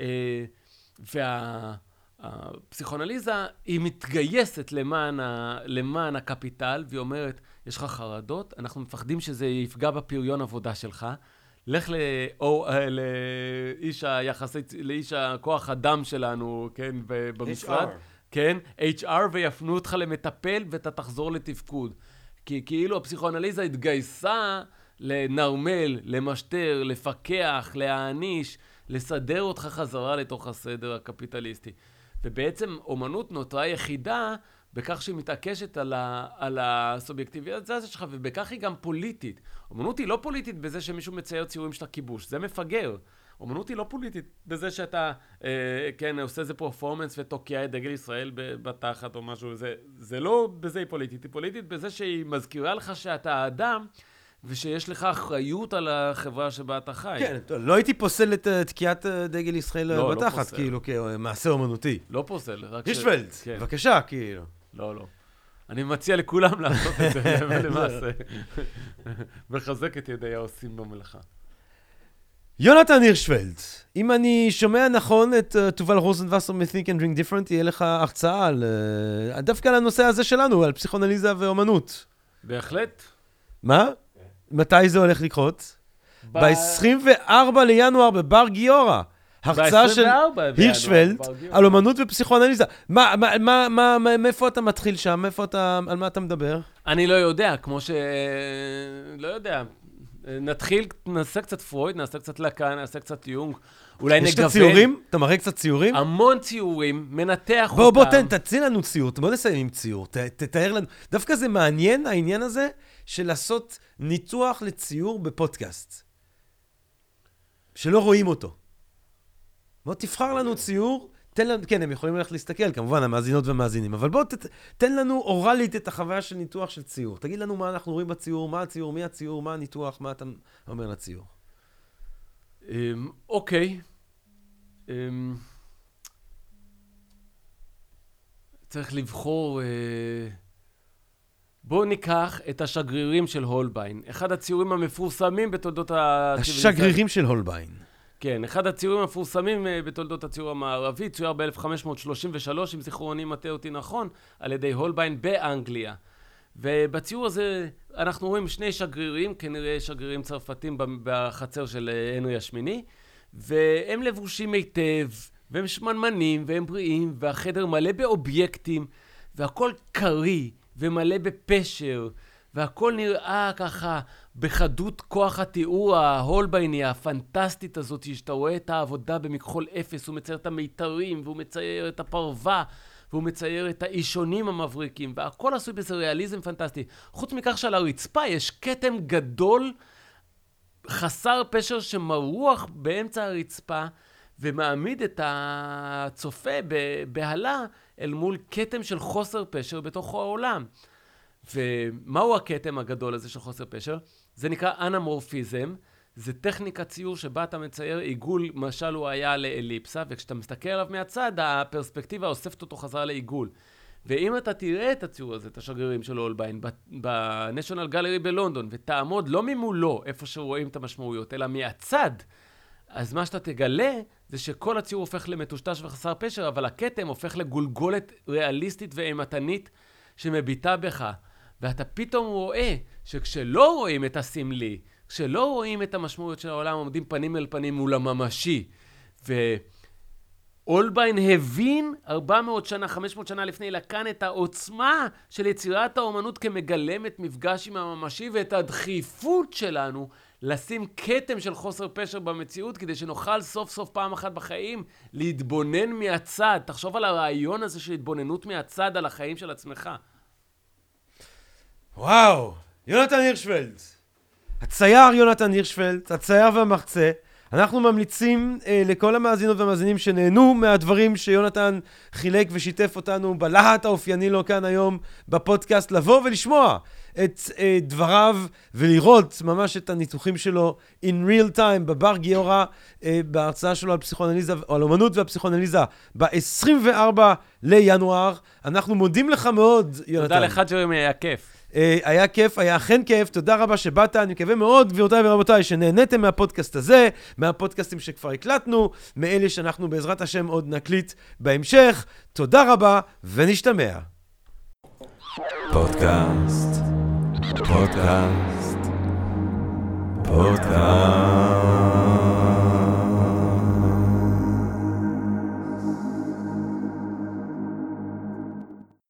והפסיכואנליזה היא מתגייסת למען, ה, למען הקפיטל, והיא אומרת, יש לך חרדות, אנחנו מפחדים שזה יפגע בפריון עבודה שלך, לך לא, לאיש היחסית, לאיש הכוח אדם שלנו, כן, במשרד, כן, אייץ' אר, ויפנו אותך למטפל ואתה תחזור לתפקוד. כי כאילו הפסיכואנליזה התגייסה לנרמל, למשטר, לפקח, להעניש, לסדר אותך חזרה לתוך הסדר הקפיטליסטי. ובעצם אומנות נותרה יחידה בכך שהיא מתעקשת על, ה, על הסובייקטיביזציה שלך, ובכך היא גם פוליטית. אומנות היא לא פוליטית בזה שמישהו מצייר ציורים של הכיבוש, זה מפגר. אומנות היא לא פוליטית בזה שאתה, אה, כן, עושה איזה פרפורמנס ותוקע את דגל ישראל בתחת או משהו. זה, זה לא בזה היא פוליטית, היא פוליטית בזה שהיא מזכירה לך שאתה האדם, ושיש לך אחריות על החברה שבה אתה חי. כן, לא הייתי פוסל את תקיעת דגל ישראל לא, בתחת, לא כאילו, כמעשה אומנותי. לא פוסל, רק הירשפלד, ש... כן. בבקשה, כאילו. לא, לא. אני מציע לכולם לעשות את זה, ולמעשה. מחזק את ידי העושים במלאכה. יונתן הירשפלד, אם אני שומע נכון את uh, תובל רוזנווסר מ-Think and Drink Different, תהיה לך הרצאה על, uh, דווקא על הנושא הזה שלנו, על פסיכואנליזה ואומנות. בהחלט. מה? מתי זה הולך לקרות? ב-עשרים וארבעה לינואר בבר גיורא. הרצאה של הירשפלד על אומנות ופסיכואנליזה. מה, מה, מה, מה, מאיפה אתה מתחיל שם? מאיפה אתה, על מה אתה מדבר? אני לא יודע, כמו ש... לא יודע. נתחיל, נעשה קצת פרויד, נעשה קצת לקאן, נעשה קצת יונג. אולי נגוון. יש את ציורים? אתה מראה קצת ציורים? המון ציורים, מנתח אותם. בוא, בוא, תציע לנו ציור. בוא נסיים עם ציור. תתאר לנו. דווקא זה מעניין, העניין הזה, של לעשות ניתוח לציור בפודקאסט. שלא רואים אותו. בוא תבחר לנו ציור, תן לנו, כן, הם יכולים ללכת להסתכל, כמובן, המאזינות והמאזינים, אבל בוא ת, תן לנו אורלית את החוויה של ניתוח של ציור. תגיד לנו מה אנחנו רואים בציור, מה הציור, מי הציור, מה הניתוח, מה אתה אומר לציור. אוקיי. צריך לבחור... בואו ניקח את השגרירים של הולביין. אחד הציורים המפורסמים בתולדות הציוויליזציה. השגרירים של הולביין. כן, אחד הציורים המפורסמים בתולדות הציור המערבי, צויר ב-אלף חמש מאות שלושים ושלוש, אם זיכרוני מטעה אותי נכון, על ידי הולביין באנגליה. ובציור הזה אנחנו רואים שני שגרירים, כנראה שגרירים צרפתים בחצר של הנרי השמיני, והם לבושים היטב, והם שמנמנים, והם בריאים, והחדר מלא באובייקטים, והכל קרי ומלא בפשר, והכל נראה ככה בחדות כוח התיאור ההולבייני, הפנטסטית הזאת, שאתה רואה את העבודה במכחול אפס, הוא מצייר את המיתרים, והוא מצייר את הפרווה, והוא מצייר את האישונים המבריקים, והכל עשוי בזה ריאליזם פנטסטי. חוץ מכך שעל הרצפה יש כתם גדול, חסר פשר שמרוח באמצע הרצפה, ומעמיד את הצופה בהלה אל מול כתם של חוסר פשר בתוך העולם. ומהו הכתם הגדול הזה של חוסר פשר? זה נקרא אנמורפיזם. זה טכניקת ציור שבה אתה מצייר עיגול, משל הוא היה לאליפסה, וכשאתה מסתכל עליו מהצד, הפרספקטיבה אוספת אותו חזרה לעיגול. ואם אתה תראה את הציור הזה, את השגרירים של אולביין, בנשיונל גלרי בלונדון, ותעמוד לא ממולו, איפה שרואים את המשמעויות, אלא מהצד, אז מה שאתה תגלה, זה שכל הציור הופך למטושטש וחסר פשר, אבל הכתם הופך לגולגולת ריאליסטית ואימתנית שמביטה בך. ואתה פתאום רואה שכשלא רואים את הסמלי, כשלא רואים את המשמעויות של העולם, עומדים פנים אל פנים מול הממשי. ואולביין הבין ארבע מאות שנה, חמש מאות שנה לפני לקן את העוצמה של יצירת האומנות כמגלמת מפגש עם הממשי, ואת הדחיפות שלנו לשים כתם של חוסר פשר במציאות, כדי שנוכל סוף סוף פעם אחת בחיים להתבונן מהצד. תחשוב על הרעיון הזה של התבוננות מהצד על החיים של עצמך. וואו, יונתן הירשפלד. הצייר יונתן הירשפלד, הצייר והמחצה. אנחנו ממליצים אה, לכל המאזינות והמאזינים שנהנו מהדברים שיונתן חילק ושיתף אותנו בלהט האופייני לו כאן היום בפודקאסט, לבוא ולשמוע את אה, דבריו ולראות ממש את הניתוחים שלו in real time בבר גיורא, אה, בהרצאה שלו על פסיכואנליזה, או על אומנות והפסיכואנליזה ב-עשרים וארבעה לינואר. אנחנו מודים לך מאוד, יונתן. תודה לך, ג'רמי, היה כיף. היה כיף, היה אכן כיף, תודה רבה שבאת, אני מקווה מאוד, גבירותיי ורבותיי, שנהניתם מהפודקאסט הזה, מהפודקאסטים שכבר הקלטנו, מאלה שאנחנו בעזרת השם עוד נקליט בהמשך. תודה רבה, ונשתמע. פודקאסט, פודקאסט, פודקאסט.